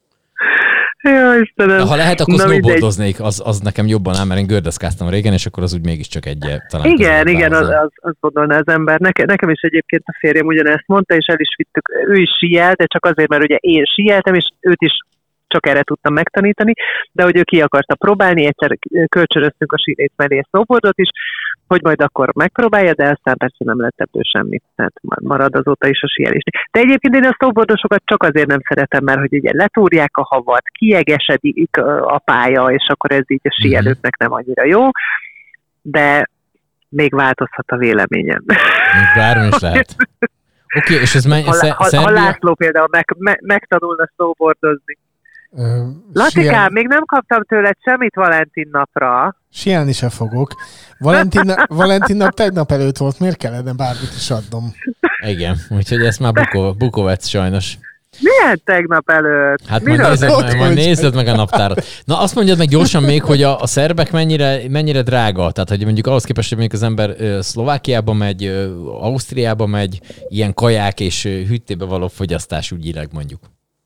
G: Ja, Istenem.
E: Ha lehet, akkor snowboardoznék, az nekem jobban áll, mert én gördeszkáztam régen, és akkor az úgy mégiscsak talán.
G: Igen, az gondolná az ember. Nekem is egyébként a férjem ugyanezt mondta, és el is vittük, ő is síel, de csak azért, mert ugye én síeltem, és őt is csak erre tudtam megtanítani, de hogy ő ki akarta próbálni, egyszer kölcsönöztünk a sírét mellé a snowboardot is, hogy majd akkor megpróbálja, de aztán persze nem lett ebből semmi, tehát marad azóta is a síelés. De egyébként én a snowboardosokat csak azért nem szeretem, mert hogy ugye letúrják a havat, kiegesedik a pálya, és akkor ez így a síelőknek nem annyira jó, de még változhat a véleményem.
E: Bármi is lehet. Oké, és ez
G: ha László például megtanulna snowboardozni. Latikám, még nem kaptam tőled semmit Valentin napra.
F: Síelni se fogok. Valentin nap tegnap előtt volt, miért kellene bármit is adnom?
E: Igen, úgyhogy ezt már bukovec sajnos.
G: Milyen tegnap előtt?
E: Hát majd nézed meg a naptárat. Na azt mondjad meg gyorsan még, hogy a szerbek mennyire drága. Tehát, hogy mondjuk ahhoz képest, hogy mondjuk az ember Szlovákiába megy, Ausztriába megy, ilyen kaják és hűtébe való fogyasztás ügyileg mondjuk.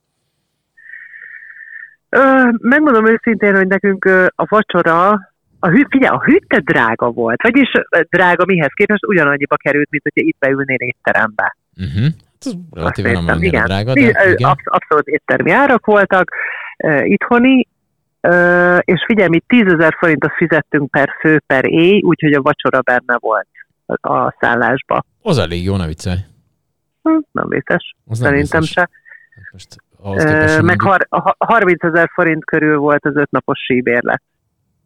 G: Megmondom őszintén, hogy nekünk a vacsora, figyelj, a hűte drága volt. Vagyis drága mihez képest ugyanannyiba került, mint hogyha itt beülnél étterembe.
E: Relatíven nem annyira drága, de igen.
G: Abszolút éttermi árak voltak, itthoni, és figyelj, mi 10 000 forintot fizettünk per fő per éj, úgyhogy a vacsora benne volt a szállásba.
E: Az elég jó, ne viccelj.
G: Nem vicces, szerintem se.
E: Most meg
G: 30 000 forint körül volt az 5 napos síbérlet.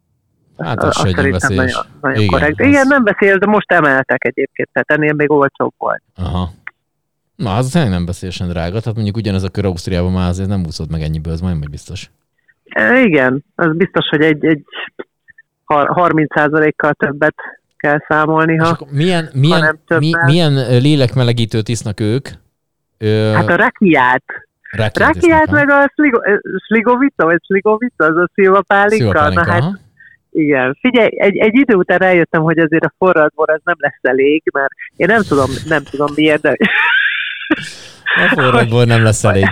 E: Hát az se egy veszélyes.
G: Nagyon korrekt. Igen, nem veszélyes, de most emeltek egyébként, tehát ennél még olcsóbb volt.
E: Aha. Na, az tényleg nem veszélyesen drága, tehát mondjuk ugyanez a kör Ausztriában már azért nem úszott meg ennyiből, ez majdnem biztos.
G: Igen, az biztos, hogy egy 30%-kal többet kell számolni, ha
E: milyen lélekmelegítőt isznak ők?
G: Hát a rakiát. Rakiát meg a sligovica, vagy sligovica, az a szilvapálinka. Na hát, igen. Figyelj, egy idő után rájöttem, hogy azért a forradbor az nem lesz elég, mert én nem tudom miért, de...
E: A forradbor nem lesz elég.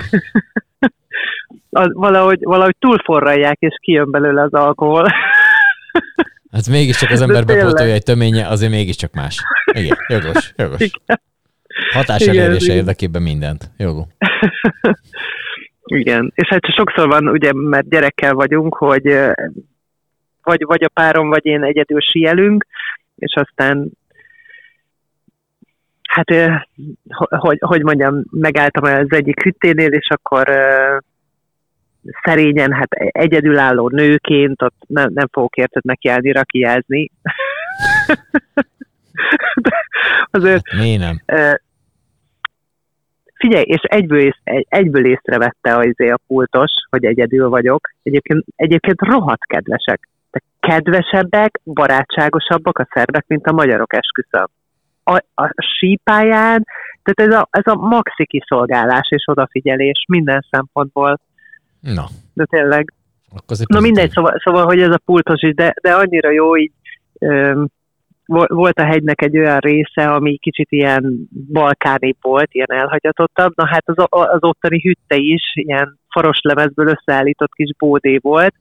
G: Valahogy túlforralják, és kijön belőle az alkohol.
E: Hát mégiscsak az ember bepótolja egy töménye, azért mégiscsak más. Igen, jogos. Igen. Hatás elérése érdekében mindent. Jogó.
G: Igen, és hát sokszor van, ugye, mert gyerekkel vagyunk, hogy vagy a párom, vagy én egyedül síelünk, és aztán hát, hogy mondjam, megálltam az egyik hütténél, és akkor szerényen, hát egyedülálló nőként ott nem fogok érted nekiállni rakiázni. Azért,
E: hát, mi nem?
G: Figyelj, és egyből észrevette a pultos, hogy egyedül vagyok. Egyébként rohadt kedvesek. De kedvesebbek, barátságosabbak a szerbek, mint a magyarok, esküszöm. A sípáján, tehát ez a maxi kiszolgálás és odafigyelés minden szempontból.
E: Na.
G: De tényleg. Na mindegy, szóval, hogy ez a pultos is, de annyira jó, így volt a hegynek egy olyan része, ami kicsit ilyen balkáni volt, ilyen elhagyatottabb. Na hát az ottani hütte is ilyen faros lemezből összeállított kis bódé volt.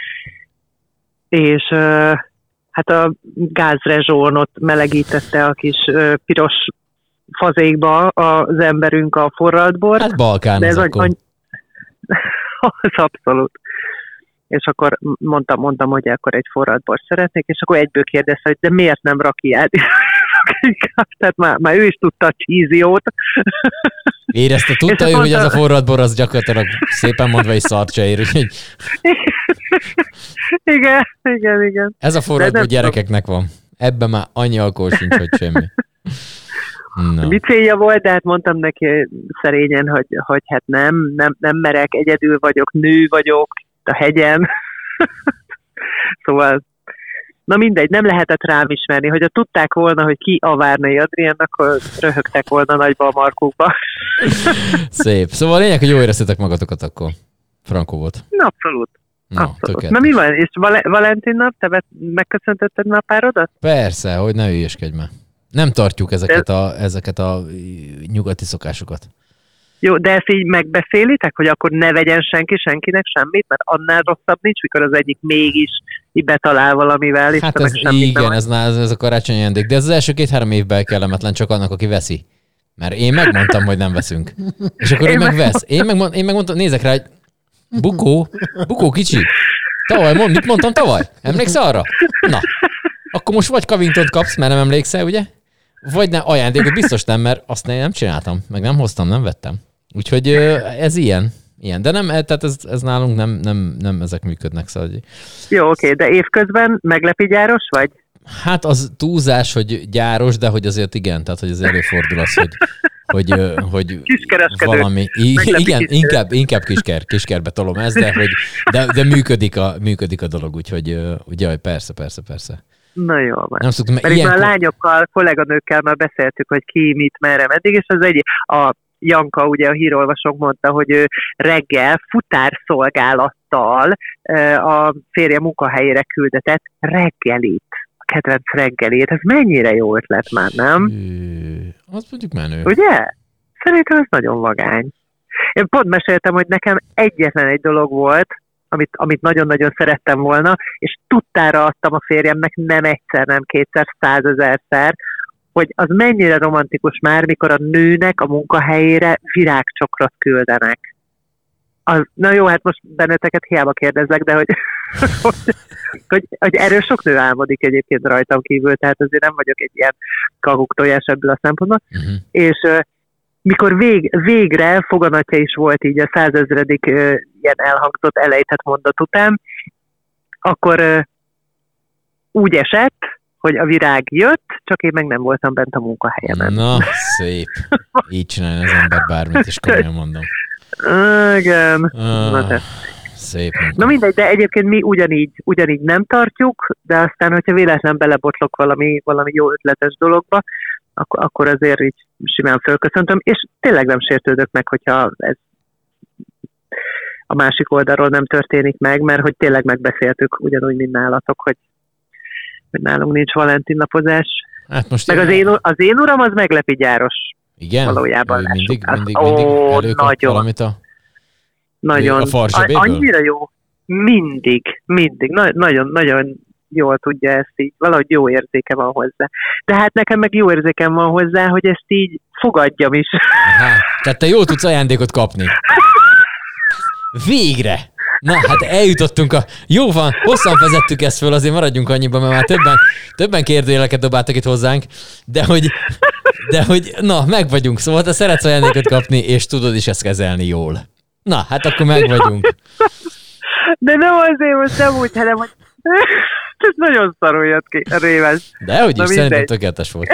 G: És hát a gázrezsón ott melegítette a kis piros fazékba az emberünk a forradbort.
E: Hát Balkán az akkor.
G: Az abszolút. És akkor mondtam, hogy akkor egy forradbort szeretnék, és akkor egyből kérdezte, hogy de miért nem rakiát? Tehát már ő is tudta a csíziót.
E: Érezte, tudta ő, hogy ez a forradbor az gyakorlatilag szépen mondva is szart se ér, úgyhogy...
G: Igen.
E: Ez a forradbor gyerekeknek van. Ebben már annyi alkohol sincs, hogy semmi. No.
G: Mi célja volt, de hát mondtam neki szerényen, hogy hát nem merek, egyedül vagyok, nő vagyok a hegyen. Szóval, na mindegy, nem lehetett rám ismerni, hogyha tudták volna, hogy ki a Várnai Adrián, akkor röhögtek volna nagyba a markukba.
E: Szép. Szóval a lényeg, hogy jól éreztetek magatokat akkor. Frankó volt.
G: Na, abszolút. Na mi van? És Valentin nap? Te megköszöntötted már a párodat?
E: Persze, hogy ne hülyeskedj már. Nem tartjuk ezeket a nyugati szokásokat.
G: Jó, de ezt így megbeszélitek, hogy akkor ne vegyen senkinek semmit, mert annál rosszabb nincs, mikor az egyik mégis így betalál valamivel.
E: Hát ez a karácsonyi ajándék, de ez az első 2-3 évben kellemetlen csak annak, aki veszi. Mert én megmondtam, hogy nem veszünk. És akkor ő megvesz. Én megmondtam, nézek rá, hogy Bukó kicsi. Mit mondtam tavaly? Emlékszel arra? Na, akkor most vagy Covingtont kapsz, mert nem emlékszel, ugye? Vagy ne, ajándékot biztos nem, mert azt nem csináltam, meg nem hoztam, nem vettem. Úgyhogy ez ilyen. De nem, tehát ez nálunk nem ezek működnek. Szóval.
G: Jó, oké, de évközben meglepi gyáros vagy?
E: Hát az túlzás, hogy gyáros, de hogy azért igen, tehát hogy az előfordul az, hogy valami... Igen, inkább kiskerbe tolom ezt, de működik a dolog, úgyhogy ugye, persze.
G: Na jó, van. Pedig már a lányokkal, kolléganőkkel már beszéltük, hogy ki mit merre meddig, és az a Janka, ugye a hírolvasók mondta, hogy ő reggel futárszolgálattal a férje munkahelyére küldetett reggelit, a kedvenc reggelét. Ez mennyire jó ötlet már, nem?
E: Az mondjuk menő.
G: Ugye? Szerintem ez nagyon vagány. Én pont meséltem, hogy nekem egyetlen egy dolog volt, amit nagyon-nagyon szerettem volna, és tudtára adtam a férjemnek nem egyszer, nem kétszer, 100 000-szer, hogy az mennyire romantikus már, mikor a nőnek a munkahelyére virágcsokrot küldenek. Na jó, hát most benneteket hiába kérdezlek, de hogy erről sok nő álmodik egyébként rajtam kívül, tehát azért nem vagyok egy ilyen kakuktojás ebből a szempontból. Uh-huh. És mikor végre foganatja is volt így a 100 000. Ilyen elhangzott elejtett mondat után, akkor úgy esett, hogy a virág jött, csak én meg nem voltam bent a munkahelyemen.
E: Na, szép. Így csinálja az ember bármit, és komolyan mondom.
G: Igen. Na,
E: szép.
G: Na mindegy, de egyébként mi ugyanígy nem tartjuk, de aztán, hogyha véletlen belebotlok valami jó ötletes dologba, akkor azért így simán fölköszöntöm, és tényleg nem sértődök meg, hogyha ez a másik oldalról nem történik meg, mert hogy tényleg megbeszéltük ugyanúgy, mint nálatok, hogy nálunk nincs Valentin napozás.
E: Hát most
G: meg az én uram az meglepi gyáros.
E: Igen?
G: Valójában.
E: Mindig előkap valamit a farzsebéből?
G: Annyira jó. Mindig. Nagyon jól tudja ezt így. Valahogy jó érzéke van hozzá. De hát nekem meg jó érzékem van hozzá, hogy ezt így fogadjam is.
E: Aha, tehát te jól tudsz ajándékot kapni. Végre! Na, hát eljutottunk Jó van, hosszan vezettük ezt föl, azért maradjunk annyiban, mert már többen kérdőjeleket dobáltak itt hozzánk, de hogy na, meg vagyunk. Szóval te szeretsz ajándékot kapni, és tudod is ezt kezelni jól. Na, hát akkor meg vagyunk.
G: De nem azért, most nem úgy, hanem hogy ez nagyon szarul jött ki, rémes.
E: Dehogy is, szerintem tökéletes volt.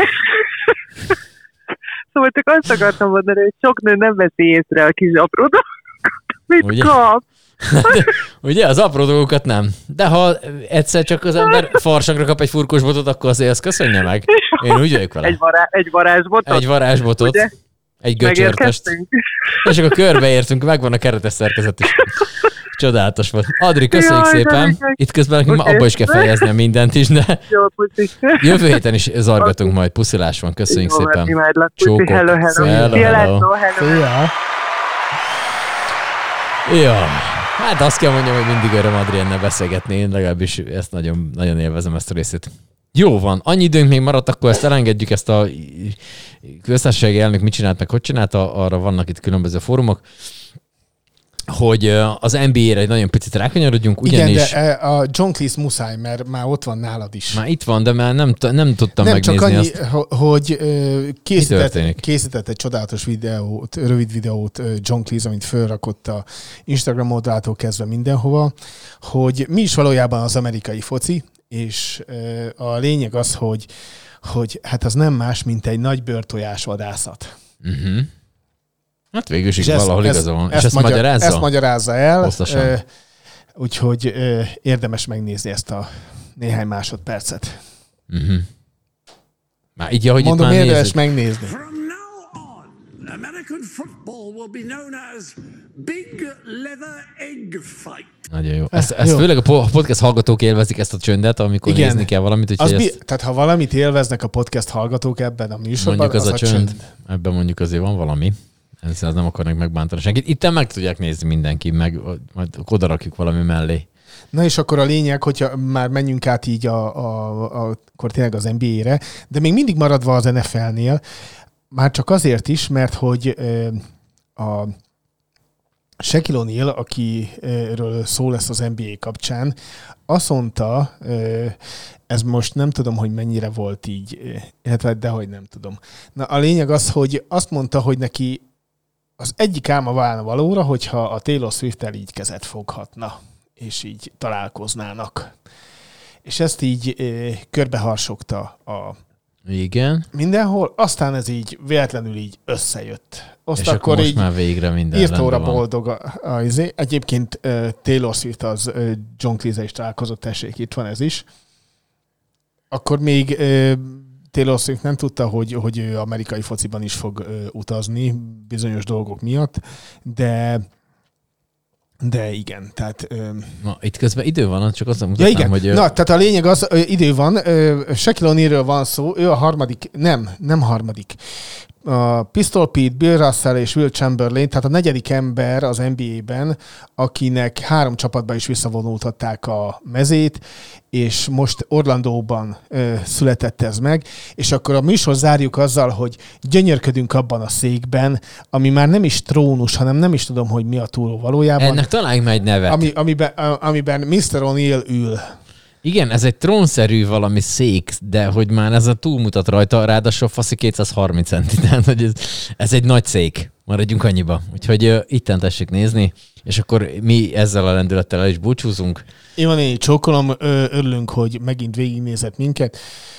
G: Szóval csak azt akartam mondani, hogy sok nő nem veszi észre a kis apró dolgokat, mit kap.
E: Ugye, az apró dolgokat nem. De ha egyszer csak az ember farsangra kap egy furkós botot, akkor azért ezt köszönje meg. Én úgy vagyok vele.
G: Egy varázsbotot?
E: Egy varázsbotot. Ugye? Egy göcsörtöst. És akkor körbeértünk, megvan a keretes szerkezet is. Csodálatos volt. Adri, köszönjük szépen. Itt közben nekünk abba is kell fejezni mindent is, de jövő héten is zargatunk majd. Puszilás van, köszönjük szépen. Csókok. Hello. Ja, hát azt kell mondjam, hogy mindig öröm Adriennel beszélgetni, én legalábbis ezt nagyon, nagyon élvezem ezt a részét. Jó van, annyi időnk még maradt, akkor ezt elengedjük, ezt a köztársasági elnök mit csinált, meg hogy csinálta, arra vannak itt különböző fórumok, hogy az NBA-re egy nagyon picit rákanyarodjunk, ugyanis...
F: Igen, de a John Cleese muszáj, mert már ott van nálad is.
E: Már itt van, de már nem tudtam megnézni
F: csak annyi,
E: azt.
F: hogy készített egy csodálatos videót, rövid videót John Cleese, amit fölrakott a Instagram oldalától kezdve mindenhova, hogy mi is valójában az amerikai foci, és a lényeg az, hogy hát az nem más, mint egy nagy bőrtojás vadászat.
E: Uh-huh. Hát végül is valahol igaza van. És ezt magyarázza?
F: Ezt magyarázza el.
E: Hosszasan.
F: Úgyhogy érdemes megnézni ezt a néhány másodpercet.
E: Uh-huh. Már így, ahogy
F: mondom,
E: itt már
F: érdemes megnézni.
H: American football will be known as Big Leather Egg Fight.
E: Nagyon jó. Ezt főleg a podcast hallgatók élvezik ezt a csöndet, amikor nézni kell valamit.
F: Tehát ha valamit élveznek a podcast hallgatók ebben a műsorban,
E: mondjuk az a csönd. Ebben mondjuk azért van valami. Ezzel nem akarnak megbántani senkit. Itt meg tudják nézni mindenki, meg majd odarakjuk valami mellé.
F: Na és akkor a lényeg, hogyha már menjünk át így akkor tényleg az NBA-re, de még mindig maradva az NFL-nél, már csak azért is, mert hogy a Shaquille O'Neal, akiről szó lesz az NBA kapcsán, azt mondta, ez most nem tudom, hogy mennyire volt így, illetve dehogy nem tudom. Na a lényeg az, hogy azt mondta, hogy neki az egyik álma válna valóra, hogyha a Taylor Swift-tel így kezet foghatna, és így találkoznának. És ezt így körbeharsogta
E: igen.
F: mindenhol, aztán ez így véletlenül így összejött.
E: És akkor most így már végre minden
F: írtóra boldog Egyébként Taylor Swift az John Cleese is találkozott, tessék, itt van ez is. Akkor még Taylor Swift nem tudta, hogy ő amerikai fociban is fog utazni bizonyos dolgok miatt, de igen, tehát...
E: Na, itt közben idő van, csak azt mutatnám,
F: igen.
E: hogy...
F: Na, tehát a lényeg az, idő van, Shaquille O'Nealről van szó, ő a harmadik, nem harmadik. A Pistol Pete, Bill Russell és Will Chamberlain, tehát a negyedik ember az NBA-ben, akinek 3 csapatban is visszavonultatták a mezét, és most Orlandóban született ez meg, és akkor a műsor zárjuk azzal, hogy gyönyörködünk abban a székben, ami már nem is trónus, hanem nem is tudom, hogy mi a túló valójában.
E: Ennek találjunk már egy nevet.
F: Amiben Mr. O'Neal ül.
E: Igen, ez egy trónszerű valami szék, de hogy már ez a túlmutat rajta, ráadásul faszi 230 centi, tehát hogy ez egy nagy szék. Maradjunk annyiba. Úgyhogy itten tessék nézni, és akkor mi ezzel a lendülettel el is búcsúzunk.
F: Én csókolom, örülünk, hogy megint végignézett minket.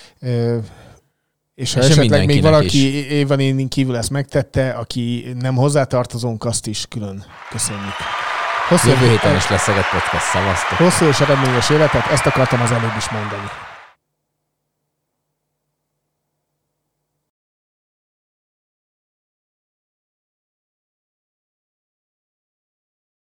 F: És ha esetleg még valaki Évanénin kívül ezt megtette, aki nem hozzátartozunk, azt is külön köszönjük.
E: Jövő héten is lesz Szeged Podcast. Szevasztok!
F: Hosszú és eredményes életet, ezt akartam az előbb is mondani.